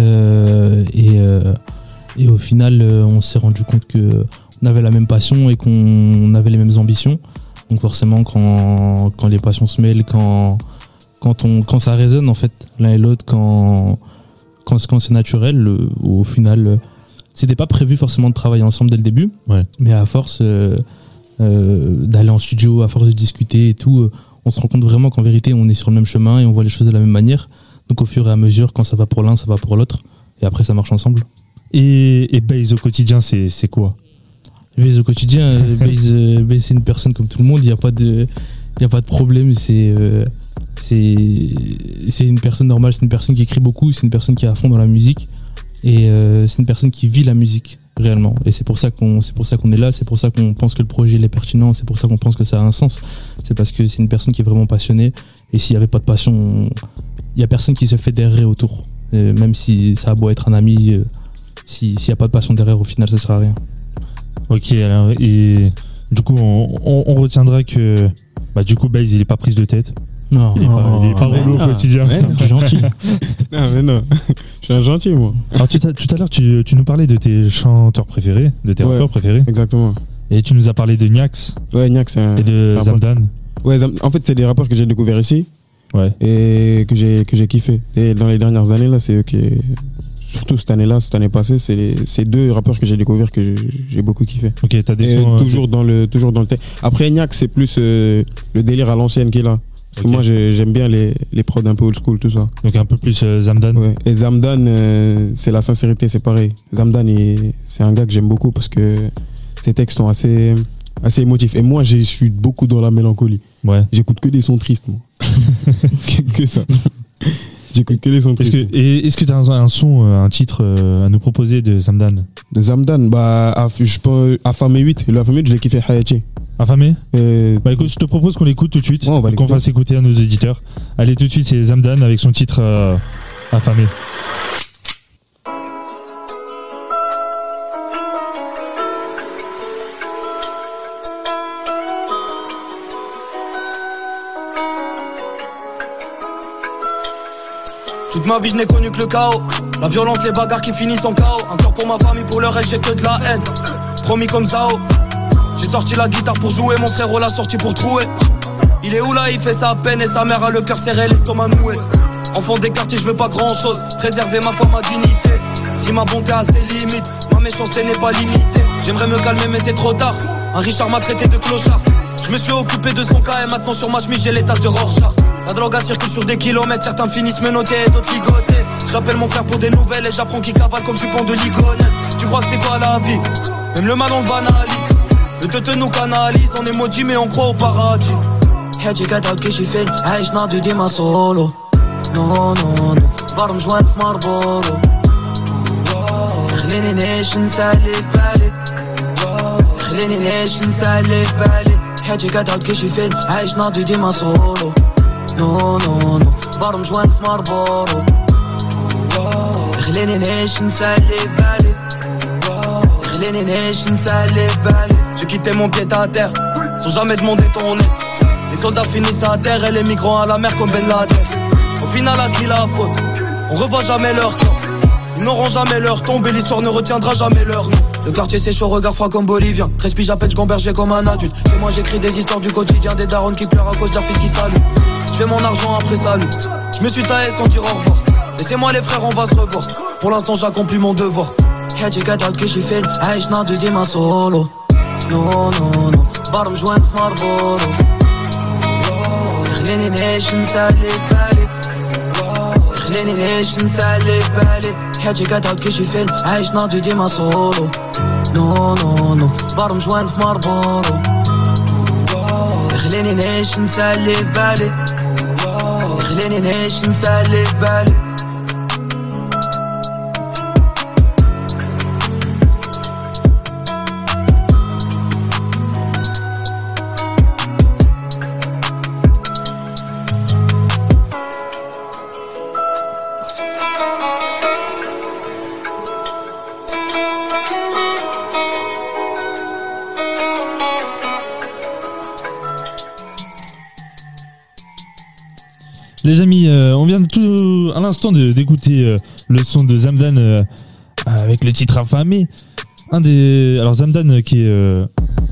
et au final, on s'est rendu compte que on avait la même passion et qu'on avait les mêmes ambitions. Donc forcément, quand les passions se mêlent, quand ça résonne en fait l'un et l'autre, quand c'est naturel, au final, c'était pas prévu forcément de travailler ensemble dès le début. Ouais. Mais à force d'aller en studio, à force de discuter et tout, on se rend compte vraiment qu'en vérité on est sur le même chemin et on voit les choses de la même manière. Donc au fur et à mesure, quand ça va pour l'un, ça va pour l'autre, et après ça marche ensemble. Et Baze au quotidien, c'est quoi? Baze au quotidien, Baze c'est une personne comme tout le monde, il n'y a pas de problème, c'est une personne normale, c'est une personne qui écrit beaucoup, c'est une personne qui est à fond dans la musique, et c'est une personne qui vit la musique réellement, et c'est pour ça qu'on est là, c'est pour ça qu'on pense que le projet il est pertinent, c'est pour ça qu'on pense que ça a un sens, c'est parce que c'est une personne qui est vraiment passionnée, et s'il n'y avait pas de passion, il n'y a personne qui se fait derrière autour, même si ça a beau être un ami, s'il n'y a pas de passion derrière, au final ça ne sert à rien. Ok, alors, et du coup on retiendra que du coup Baze il est pas prise de tête. Non, il est pas relou au quotidien. Je suis gentil. Non mais non, je suis un gentil moi. Alors tout à l'heure tu nous parlais de tes chanteurs préférés, de tes rappeurs préférés. Exactement. Et tu nous as parlé de Niax. Ouais, Niax et de Zamdan. Ouais, en fait c'est des rappeurs que j'ai découverts ici. Ouais. Et que j'ai kiffé. Et dans les dernières années là, c'est eux qui, surtout cette année passée, c'est deux rappeurs que j'ai découverts que j'ai beaucoup kiffé. Ok, t'as des sons, toujours dans le thème. Après Niax, c'est plus le délire à l'ancienne qu'il a. Parce que moi j'aime bien les prods un peu old school, tout ça. Donc un peu plus Zamdan. Ouais. Et Zamdan, c'est la sincérité, c'est pareil. Zamdan, c'est un gars que j'aime beaucoup parce que ses textes sont assez émotifs. Et moi je suis beaucoup dans la mélancolie. Ouais. J'écoute que des sons tristes, moi. que ça. J'écoute que les sons tristes. Est-ce que tu as un son, un titre à nous proposer de Zamdan? De Zamdan, je peux Affamé 8. Le Affamé 8, je l'ai kiffé Hayachi. Affamé écoute, je te propose qu'on l'écoute tout de suite, qu'on fasse écouter à nos auditeurs. Allez, tout de suite, c'est Zamdan avec son titre Affamé. Toute ma vie je n'ai connu que le chaos. La violence, les bagarres qui finissent en chaos. Encore pour ma famille, pour le reste j'ai que de la haine. Promis comme Zao. J'ai sorti la guitare pour jouer, mon frère l'a sorti pour trouer. Il est où là, il fait sa peine et sa mère a le cœur serré, l'estomac noué. Enfant des quartiers, je veux pas grand chose. Préserver ma foi, ma dignité. Si ma bonté a ses limites, ma méchanceté n'est pas limitée. J'aimerais me calmer mais c'est trop tard. Un Richard m'a traité de clochard. Je me suis occupé de son cas et maintenant sur ma chemise j'ai les taches de Rorschach. La drogue circule sur des kilomètres, certains finissent menottés et d'autres ligotés. J'appelle mon frère pour des nouvelles et j'apprends qu'il cavale comme du pont de Ligonesse. Tu crois que c'est quoi la vie? Même le mal on le banalise. Le teute nous canalise, on est maudit mais on croit au paradis. Hedge قطعت كشفين عايشنا ديما solo. No برم جوان في مربولو. خليني نعيش نسالي في بالي. خليني نعيش نسالي في بالي. حاجة قطعت كشفين عايشنا ديما solo. No برم جوان في مربولو. خليني نعيش نسالي في بالي. Nation, ça lève balai. J'ai quitté mon pied à terre, sans jamais demander ton aide. Les soldats finissent à terre et les migrants à la mer comme Ben Laden. Au final, à qui la faute? On revoit jamais leur corps. Ils n'auront jamais leur tombe et l'histoire ne retiendra jamais leur nom. Le quartier c'est chaud, regard froid comme bolivien. 13 piges à peine, j'gambergeais comme un adulte. Et moi j'écris des histoires du quotidien, des darons qui pleurent à cause d'un fils qui salue. J'fais mon argent après salut. J'me suis taillé sans dire au revoir. Laissez-moi les frères, on va se revoir. Pour l'instant j'accomplis mon devoir. Hedge got out que j'ai fait, عايش ناضي ديما solo. No no no, بارم جوان في مربولو. خليني نعيش نسالي في بالي. خليني نعيش نسالي في بالي. حاجة قطعت كي شي فيلم عايش ناضي ديما سولو. نو نو نو بارم جوان في مربولو. خليني نعيش نسالي في بالي. خليني نعيش نسالي في بالي. Les amis, on vient tout à l'instant d'écouter le son de Zamdan avec le titre affamé. Alors Zamdan qui est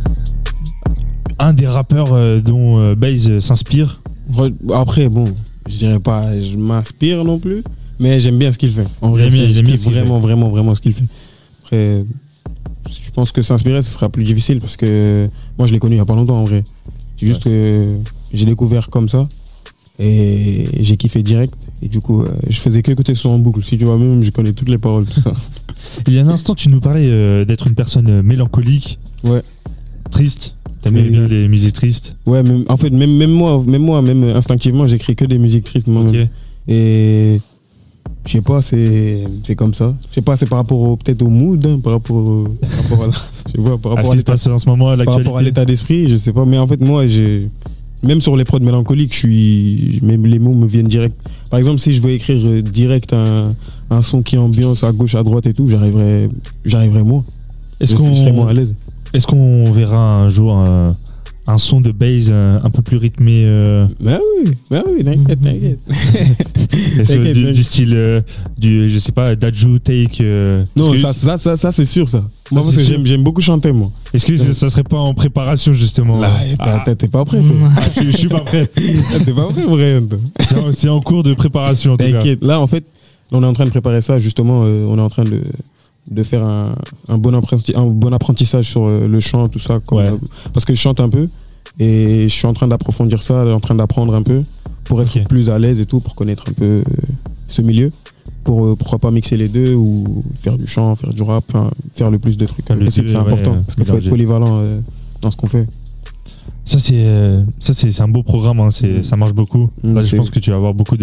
un des rappeurs dont Baze s'inspire. Après bon, je dirais pas je m'inspire non plus, mais j'aime bien ce qu'il fait. En vrai, j'aime bien vraiment ce qu'il fait. Après, je pense que s'inspirer ce sera plus difficile parce que moi je l'ai connu il y a pas longtemps en vrai. C'est juste que j'ai découvert comme ça. Et j'ai kiffé direct. Et du coup, je faisais que écouter son en boucle. Si tu vois, même, je connais toutes les paroles, tout ça. Il y a un instant, tu nous parlais d'être une personne mélancolique. Ouais. Triste. T'aimais bien les musiques tristes. Ouais, en fait, même moi, instinctivement, j'écris que des musiques tristes moi-même. Okay. Et je sais pas, c'est comme ça. Je sais pas, c'est par rapport peut-être au mood, hein, par rapport à la, je sais pas, par rapport à ce qui se passe en ce moment, à l'actualité. Par rapport à l'état d'esprit, je sais pas. Mais en fait, moi, même sur les prods mélancoliques, même les mots me viennent direct. Par exemple, si je veux écrire direct un son qui ambiance à gauche, à droite et tout, j'arriverai moins. Je serai moins à l'aise. Est-ce qu'on verra un jour un son de bass un peu plus rythmé Bah oui, t'inquiète. Du style je sais pas, Daju, Take. Non, ça c'est sûr ça. Moi parce que j'aime beaucoup chanter moi. Est-ce que ça serait pas en préparation justement? Là, t'es pas prêt toi. Je suis pas prêt. T'es pas prêt vrai. C'est en cours de préparation en tout cas. T'inquiète. Là en fait, on est en train de préparer ça justement. On est en train de faire un bon apprentissage sur le chant, tout ça. Parce que je chante un peu et je suis en train d'approfondir ça, en train d'apprendre un peu pour être plus à l'aise et tout, pour connaître un peu ce milieu. Pourquoi pas mixer les deux ou faire du chant, faire du rap, faire le plus de trucs possible, c'est important parce qu'il faut être polyvalent dans ce qu'on fait. Ça c'est un beau programme, hein, ça marche beaucoup. Là je pense que tu vas avoir beaucoup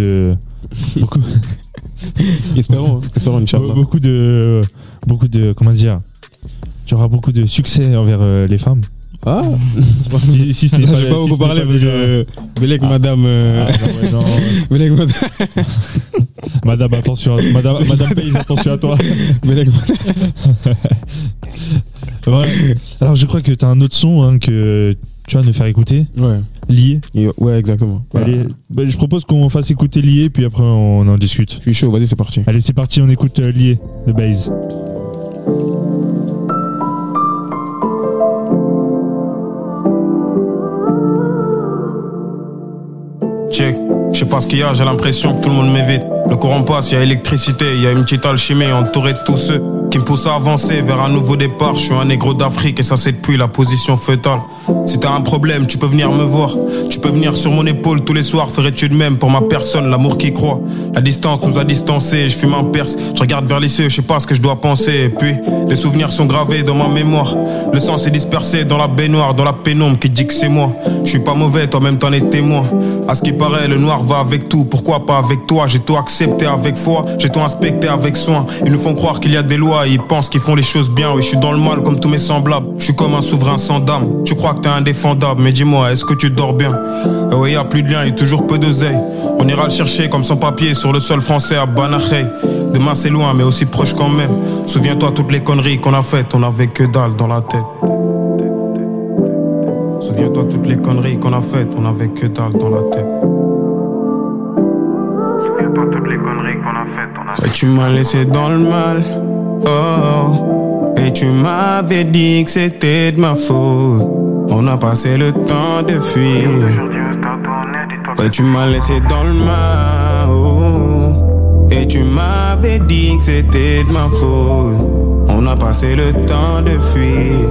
espérons Inch'Allah. Beaucoup de comment dire, tu auras beaucoup de succès envers les femmes. Ah, si ce n'est pas, je vais pas beaucoup parler Belek madame Belek madame madame attention madame Pays, attention à toi. Belek ouais. Alors je crois que tu as un autre son que tu vas nous faire écouter. Ouais. Lié. Ouais, exactement. Allez, je propose qu'on fasse écouter Lié puis après on en discute. Je suis chaud, vas-y c'est parti. Allez c'est parti, on écoute Lié de Baze. Check, je sais pas ce qu'il y a, j'ai l'impression que tout le monde m'évite. Le courant passe, y a électricité, y a une petite alchimie entourée de tous ceux qui me poussent à avancer vers un nouveau départ. Je suis un négro d'Afrique et ça c'est depuis la position fœtale. Si t'as un problème, tu peux venir me voir. Tu peux venir sur mon épaule tous les soirs. Ferais-tu de même pour ma personne, l'amour qui croit. La distance nous a distancés, je fume un perse. Je regarde vers les cieux, je sais pas ce que je dois penser. Et puis, les souvenirs sont gravés dans ma mémoire. Le sang s'est dispersé dans la baignoire, dans la pénombre qui dit que c'est moi. Je suis pas mauvais, toi-même t'en es témoin. À ce qui paraît, le noir va avec tout. Pourquoi pas avec toi? J'ai tout accepté avec foi, j'ai tout inspecté avec soin. Ils nous font croire qu'il y a des lois, ils pensent qu'ils font les choses bien. Oui, je suis dans le mal comme tous mes semblables. Je suis comme un souverain sans dame. Tu crois que t'es indéfendable, mais dis-moi, est-ce que tu dors bien? Ouais, y a plus de lien et toujours peu d'oseille. On ira le chercher comme sans papier sur le sol français à Banachey. Demain c'est loin mais aussi proche quand même. Souviens-toi toutes les conneries qu'on a faites, on avait que dalle dans la tête. Souviens-toi toutes les conneries qu'on a faites, on avait que dalle dans la tête. Souviens-toi toutes les conneries qu'on a faites, on avait... Ouais, tu m'as laissé dans le mal, oh. Et tu m'avais dit que c'était de ma faute. On a passé le temps de fuir. Ouais, tu m'as laissé dans le mal, oh. Et tu m'avais dit que c'était de ma faute. On a passé le temps de fuir.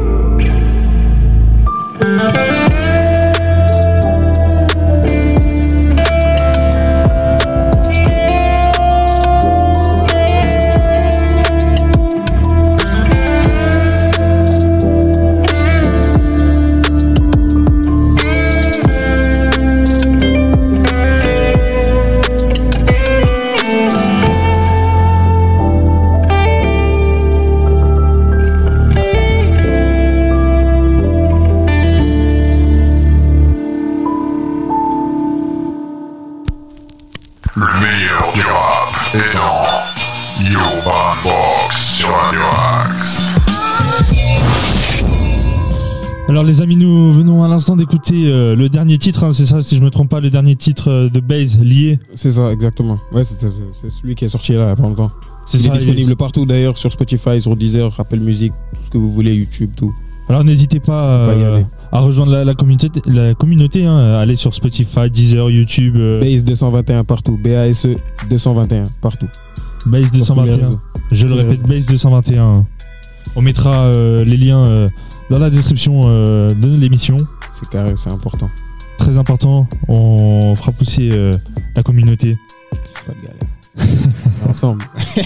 Alors les amis, nous venons à l'instant d'écouter le dernier titre, hein, c'est ça si je me trompe pas, le dernier titre de Baze, Lié. C'est ça, exactement. Ouais, c'est celui qui est sorti là il y a pas longtemps. Il est disponible partout d'ailleurs, sur Spotify, sur Deezer, Apple Music, tout ce que vous voulez, YouTube, tout. Alors n'hésitez pas à rejoindre la communauté, hein, allez sur Spotify, Deezer, YouTube. Baze 221 partout, BASE 221 partout. Baze 221, je le répète, Baze 221. On mettra les liens dans la description de l'émission. C'est carré, c'est important. Très important, on fera pousser la communauté. Pas de galère. Ensemble.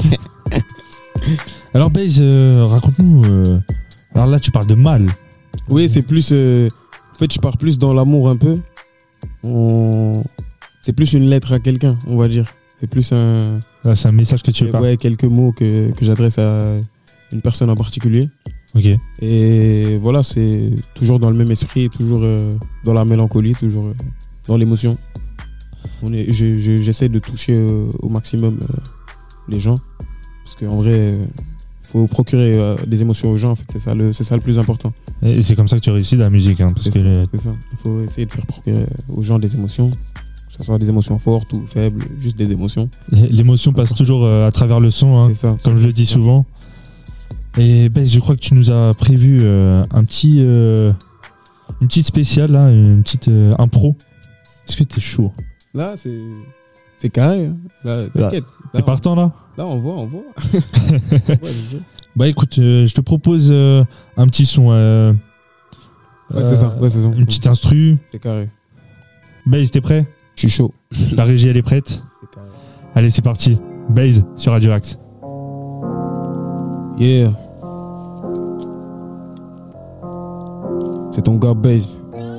Alors Baze, raconte-nous. Alors là tu parles de mal. Oui, c'est plus... en fait je pars plus dans l'amour un peu. C'est plus une lettre à quelqu'un, on va dire. C'est plus un... Ah, c'est un message que tu veux pas. Ouais, quelques mots que j'adresse à une personne en particulier. Ok. Et voilà, c'est toujours dans le même esprit, toujours dans la mélancolie, toujours dans l'émotion. J'essaie de toucher au maximum les gens. Parce qu'en vrai, faut procurer des émotions aux gens, en fait, c'est ça le plus important. Et c'est comme ça que tu réussis dans la musique. Hein, c'est ça. Il faut essayer de faire procurer aux gens des émotions. Que ce soit des émotions fortes ou faibles, juste des émotions. L'émotion passe toujours à travers le son, hein, ça, comme je le dis souvent. Et ben, je crois que tu nous as prévu une petite spéciale, là, une petite impro. Est-ce que t'es chaud? Là, c'est carré. Hein. Là, t'inquiète. T'es partant, là? Là, on voit. Bah écoute, je te propose un petit son. C'est ça. Une petite instru. C'est carré. Baze, t'es prêt? Je suis chaud. La régie, elle est prête? C'est carré. Allez, c'est parti. Baze sur Radio Axe. Yeah. C'est ton gars Baze.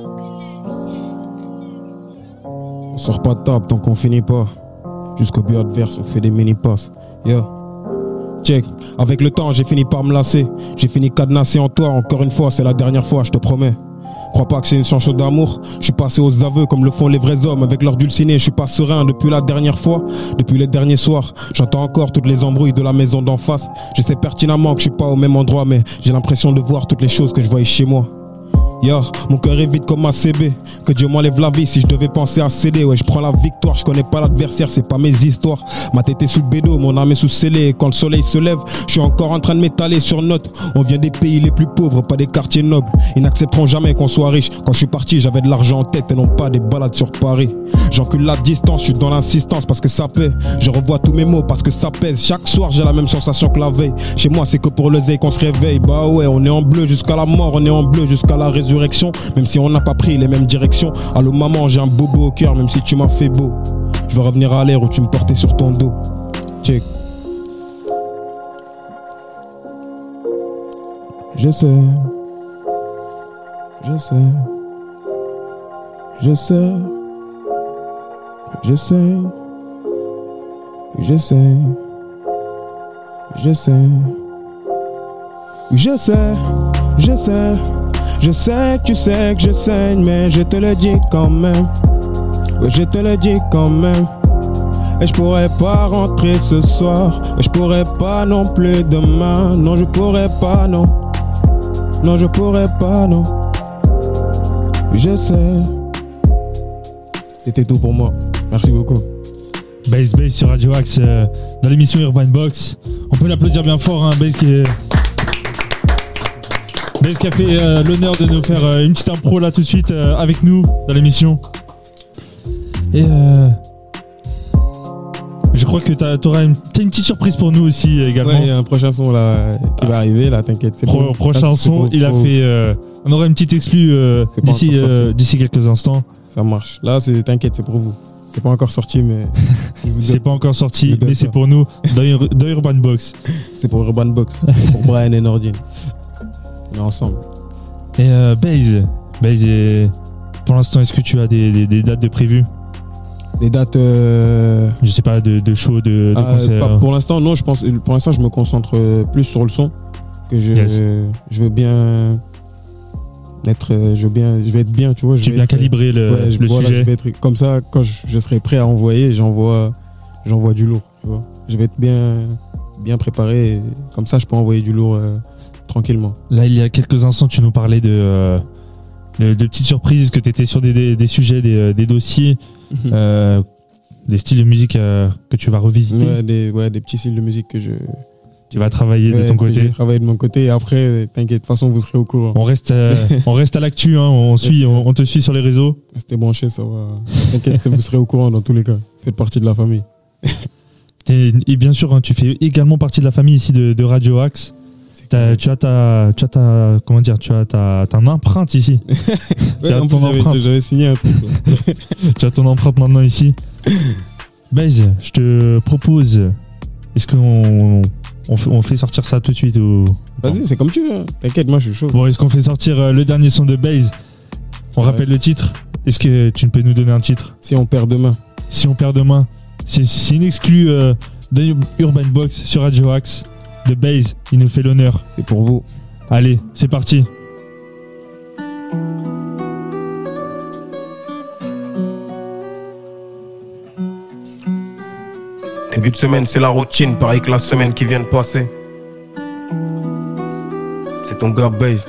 On sort pas de table tant qu'on finit pas. Jusqu'au but adverse, on fait des mini-passes. Yeah. Check. Avec le temps, j'ai fini par me lasser. J'ai fini cadenassé en toi. Encore une fois, c'est la dernière fois, je te promets. Crois pas que c'est une chanson d'amour. Je suis passé aux aveux comme le font les vrais hommes. Avec leur dulciné, je suis pas serein depuis la dernière fois. Depuis les derniers soirs, j'entends encore toutes les embrouilles de la maison d'en face. Je sais pertinemment que je suis pas au même endroit, mais j'ai l'impression de voir toutes les choses que je voyais chez moi. Yeah, mon cœur est vide comme un CB. Que Dieu m'enlève la vie si je devais penser à céder. Ouais, je prends la victoire, je connais pas l'adversaire, c'est pas mes histoires. Ma tête est sous le bédo, mon âme est sous scellé. Et quand le soleil se lève, je suis encore en train de m'étaler sur note. On vient des pays les plus pauvres, pas des quartiers nobles. Ils n'accepteront jamais qu'on soit riche. Quand je suis parti, j'avais de l'argent en tête et non pas des balades sur Paris. J'encule la distance, je suis dans l'insistance parce que ça paie. Je revois tous mes mots parce que ça pèse. Chaque soir, j'ai la même sensation que la veille. Chez moi, c'est que pour le zèle qu'on se réveille. Bah ouais, on est en bleu jusqu'à la mort, on est en bleu jusqu'à la résurrection. Même si on n'a pas pris les mêmes directions. Allô maman, j'ai un bobo au cœur, même si tu m'as fait beau. Je veux revenir à l'air où tu me portais sur ton dos. Check. Je sais. Je sais. Je sais. Je sais. Je sais. Je sais. Je sais. Je sais. Je sais que tu sais que je saigne, mais je te le dis quand même. Ouais, je te le dis quand même. Et je pourrais pas rentrer ce soir. Et je pourrais pas non plus demain. Non, je pourrais pas, non. Non, je pourrais pas, non. Je sais. C'était tout pour moi. Merci beaucoup. Bass sur Radio Axe dans l'émission Urban Box. On peut l'applaudir bien fort, hein. Bass qui a fait l'honneur de nous faire une petite impro là tout de suite avec nous dans l'émission. Et je crois que t'as une petite surprise pour nous aussi également. Ouais, il y a un prochain son là qui va arriver là, t'inquiète. Prochain son, il a fait. On aura une petite exclue d'ici quelques instants. Ça marche. Là, t'inquiète, c'est pour vous. C'est pas encore sorti, mais. C'est pas encore sorti, mais c'est pour nous dans Urban Box. C'est pour Urban Box. C'est pour Brian et Nordine. On est ensemble. Et Baze, pour l'instant, est-ce que tu as des dates de prévues? Des dates. Je sais pas, de shows, de concerts. Pour l'instant, non, pour l'instant, je me concentre plus sur le son. Que je veux bien. Je vais être bien, tu vois. Tu veux bien calibrer le sujet. Je vais être comme ça, quand je serai prêt à envoyer, j'envoie du lourd, tu vois. Je vais être bien préparé, et comme ça je peux envoyer du lourd tranquillement. Là, il y a quelques instants, tu nous parlais de petites surprises, que tu étais sur des sujets, des dossiers, des styles de musique que tu vas revisiter. Des petits styles de musique que tu vas travailler de ton côté. Je vais travailler de mon côté et après, t'inquiète, de toute façon, vous serez au courant. On reste à l'actu, hein, on te suit sur les réseaux. Restez branchés, ça va. T'inquiète, vous serez au courant dans tous les cas. Faites partie de la famille. Et bien sûr, hein, tu fais également partie de la famille ici de Radio Axe. Tu as ta empreinte ici. J'avais signé un truc. Tu as ton empreinte maintenant ici. Baze, je te propose, est-ce qu'on fait sortir ça tout de suite ou... Vas-y, c'est comme tu veux. T'inquiète, moi je suis chaud. Bon, est-ce qu'on fait sortir le dernier son de Baze? On rappelle le titre. Est-ce que tu peux nous donner un titre? Si on perd demain. Si on perd demain. C'est une exclue de Urban Box sur Radio Axe. De Baze, il nous fait l'honneur. C'est pour vous. Allez, c'est parti. Début de semaine, c'est la routine, pareil que la semaine qui vient de passer. C'est ton gars Baze.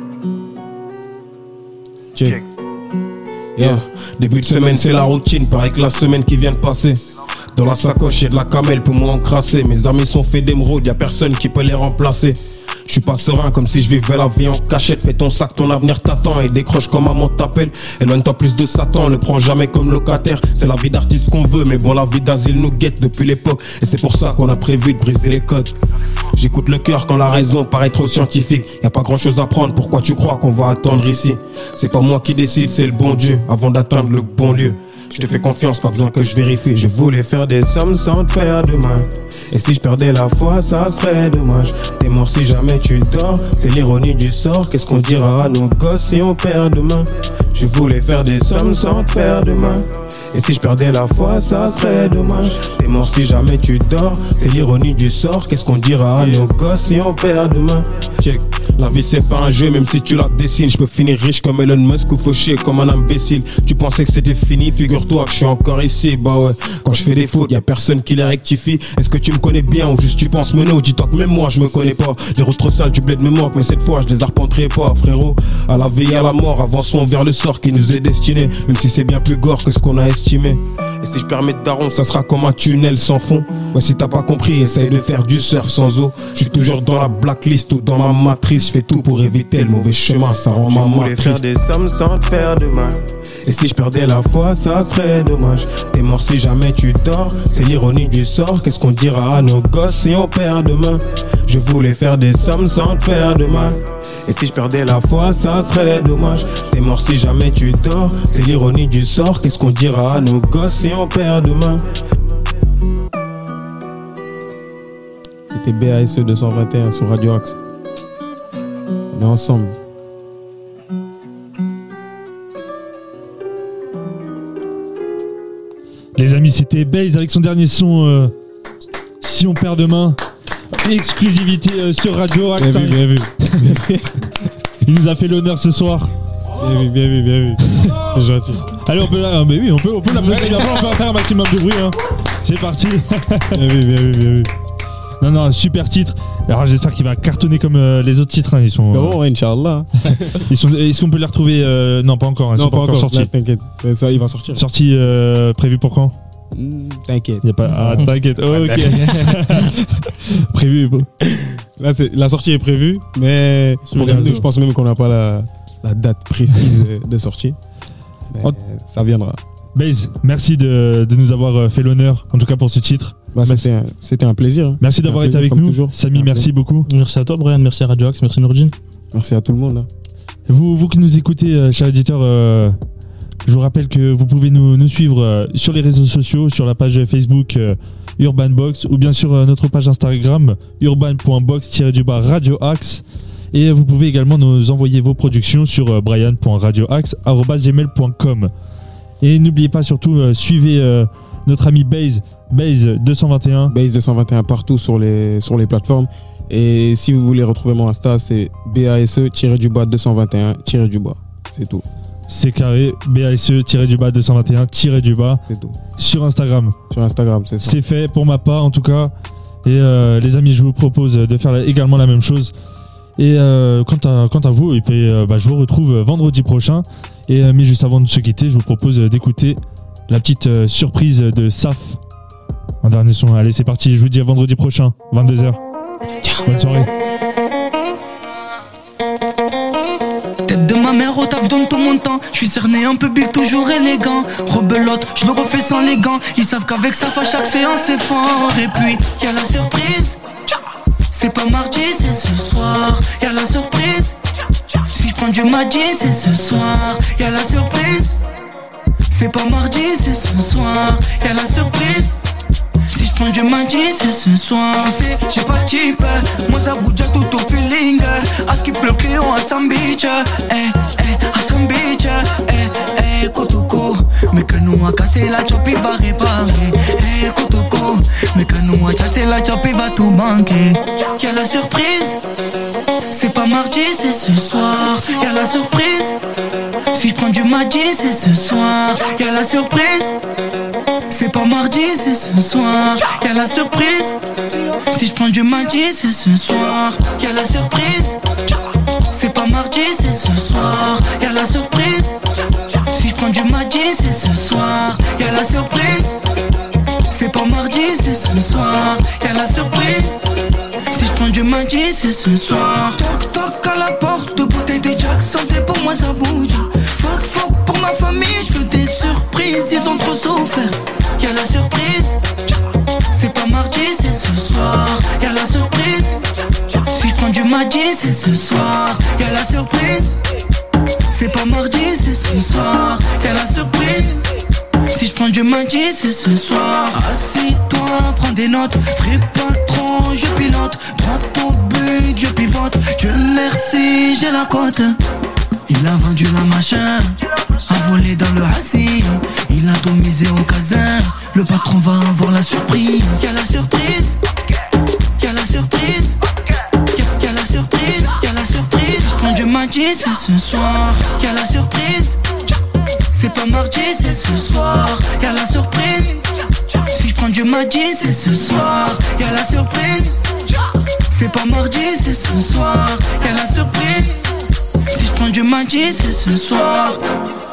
Check. Yeah. Début de semaine, c'est la routine, pareil que la semaine qui vient de passer. Dans la sacoche, y'a de la camelle pour moi encrasser. Mes amis sont faits d'émeraude, y'a personne qui peut les remplacer. Je suis pas serein comme si je vivais la vie en cachette. Fais ton sac, ton avenir t'attend et décroche comme maman t'appelle. Éloigne-toi plus de Satan, le prends jamais comme locataire. C'est la vie d'artiste qu'on veut, mais bon la vie d'asile nous guette depuis l'époque. Et c'est pour ça qu'on a prévu de briser les codes. J'écoute le cœur quand la raison paraît trop scientifique. Y'a pas grand chose à prendre, pourquoi tu crois qu'on va attendre ici? C'est pas moi qui décide, c'est le bon Dieu, avant d'atteindre le bon lieu. Je te fais confiance, pas besoin que je vérifie. Je voulais faire des sommes sans te faire de mal. Et si je perdais la foi, ça serait dommage. T'es mort si jamais tu dors, c'est l'ironie du sort. Qu'est-ce qu'on dira à nos gosses si on perd demain? Je voulais faire des sommes sans te faire de mal. Et si je perdais la foi, ça serait dommage. T'es mort si jamais tu dors, c'est l'ironie du sort. Qu'est-ce qu'on dira à nos gosses si on perd demain? Check. La vie c'est pas un jeu, même si tu la dessines. Je peux finir riche comme Elon Musk ou fauché comme un imbécile. Tu pensais que c'était fini, figure-toi que je suis encore ici. Bah ouais, quand je fais des fautes, y'a personne qui les rectifie. Est-ce que tu me connais bien ou juste tu penses mener? Dis-toi que même moi je me connais pas. Les routes trop sales du bled me manquent, mais cette fois je les arpenterai pas, frérot. À la vie et à la mort, avançons vers le sort qui nous est destiné. Même si c'est bien plus gore que ce qu'on a estimé. Et si je permets de daron, ça sera comme un tunnel sans fond. Ouais, si t'as pas compris, essaye de faire du surf sans eau. Je suis toujours dans la blacklist ou dans ma matrice. Je fais tout pour éviter le mauvais chemin, ça rend ma main triste. Faire des sommes sans te faire de mal. Et si je perdais la foi, ça serait dommage. T'es mort si jamais tu dors, c'est l'ironie du sort. Qu'est-ce qu'on dira à nos gosses si on perd demain? Je voulais faire des sommes sans te faire de mal. Et si je perdais la foi, ça serait dommage. T'es mort si jamais tu dors, c'est l'ironie du sort. Qu'est-ce qu'on dira à nos gosses si on perd demain? C'était BASE 221 sur Radio Axe. On est ensemble. Les amis, c'était Baze avec son dernier son Si on perd demain. Exclusivité sur Radio Axe. Bien vu. Il nous a fait l'honneur ce soir. Bien vu. C'est gentil. Allez, on peut l'applaudir également, on peut en faire un maximum de bruit. Hein. C'est parti. Bien vu. Non, super titre. Alors j'espère qu'il va cartonner comme les autres titres. Hein. Ils sont. Bon, Inch'Allah. Est-ce qu'on peut les retrouver Non, pas encore. Ils sont pas encore sortis. Là, t'inquiète. Ça, il va sortir. Sorti prévu pour quand T'inquiète. Y a pas... Ah, t'inquiète. Ok. Prévu. Là, la sortie est prévue, mais je pense même qu'on n'a pas la date précise de sortie. Mais ça viendra. Baze, merci de nous avoir fait l'honneur, en tout cas pour ce titre. C'était un plaisir. Hein. Merci d'avoir été avec nous. Toujours. Samy, merci beaucoup. Merci à toi, Brian. Merci à Radio Axe. Merci Nourdine. Merci à tout le monde. Hein. Vous qui nous écoutez, chers auditeurs, je vous rappelle que vous pouvez nous suivre sur les réseaux sociaux, sur la page Facebook Urban Box ou bien sur notre page Instagram urban.box-radio axe. Et vous pouvez également nous envoyer vos productions sur brian.radioaxe@gmail.com. Et n'oubliez pas surtout, suivez notre ami Baze 221. Baze 221 partout sur les plateformes. Et si vous voulez retrouver mon Insta, c'est BASE-221-. C'est tout. C'est carré, BASE-221-. C'est tout. Sur Instagram. Sur Instagram, c'est ça. C'est fait pour ma part en tout cas. Et les amis, je vous propose de faire également la même chose. Et quant à vous, et puis, je vous retrouve vendredi prochain. Mais juste avant de se quitter, je vous propose d'écouter la petite surprise de Saf. Un dernier son. Allez, c'est parti. Je vous dis à vendredi prochain, 22h. Bonne soirée. Tête de ma mère au taf, donne tout mon temps. Je suis cerné en public, toujours élégant. Rebelote, je le refais sans les gants. Ils savent qu'avec Saf à chaque séance c'est fort. Et puis, y'a la surprise. C'est pas mardi, c'est ce soir. Y'a la surprise. Si je prends du mardi, c'est ce soir. Y'a la surprise. C'est pas mardi, c'est ce soir. Y'a la surprise. Si je prends du mardi, c'est ce soir. Tu sais, j'ai pas de type. Moi ça bouge tout au feeling. À skip le client à Sam Beach. À Sam Beach. Kotoko. Mais que nous a cassé la chop, il va réparer. Kotoko. Mais que nous a cassé la chop, il va tout manquer. Y'a la surprise. C'est pas mardi, c'est ce soir. Y'a la surprise. Si je prends du mardi, c'est ce soir. Y'a la surprise. C'est pas mardi, c'est ce soir. Y'a la surprise. Si je prends du mardi, c'est ce soir. Y'a la surprise. C'est pas mardi, c'est ce soir. Y'a la surprise. Si je prends du mardi, c'est ce soir. Y'a la surprise. C'est pas mardi, c'est ce soir. Y'a la surprise. Si je prends du mardi, c'est ce soir. Toc toc à la porte, bouteille de Jack, santé pour moi ça bouge. Fuck pour ma famille, je veux des surprises, ils ont trop souffert. Y'a la surprise. C'est pas mardi, c'est ce soir. Y'a la surprise. Si je prends du mardi, c'est ce soir. Y'a la surprise. C'est pas mardi, c'est ce soir. Y'a la surprise. Si je prends du mardi, c'est ce soir. Assis-toi, prends des notes. Vrai patron, je pilote. Droit au but, je pivote. Dieu merci, j'ai la cote. Il a vendu la machin, a volé dans le hassi. Il a tout misé au casin. Le patron va avoir la surprise. Y'a la surprise. Y'a la surprise. Y'a la surprise. Y'a la surprise. Je prends du mardi, c'est ce soir. Y'a la surprise. C'est pas mardi, c'est ce soir. Y'a la surprise. Si je prends du mardi, c'est ce soir. Y'a la surprise. C'est pas mardi, c'est ce soir. Y'a la surprise. Si je prends du mardi, c'est ce soir.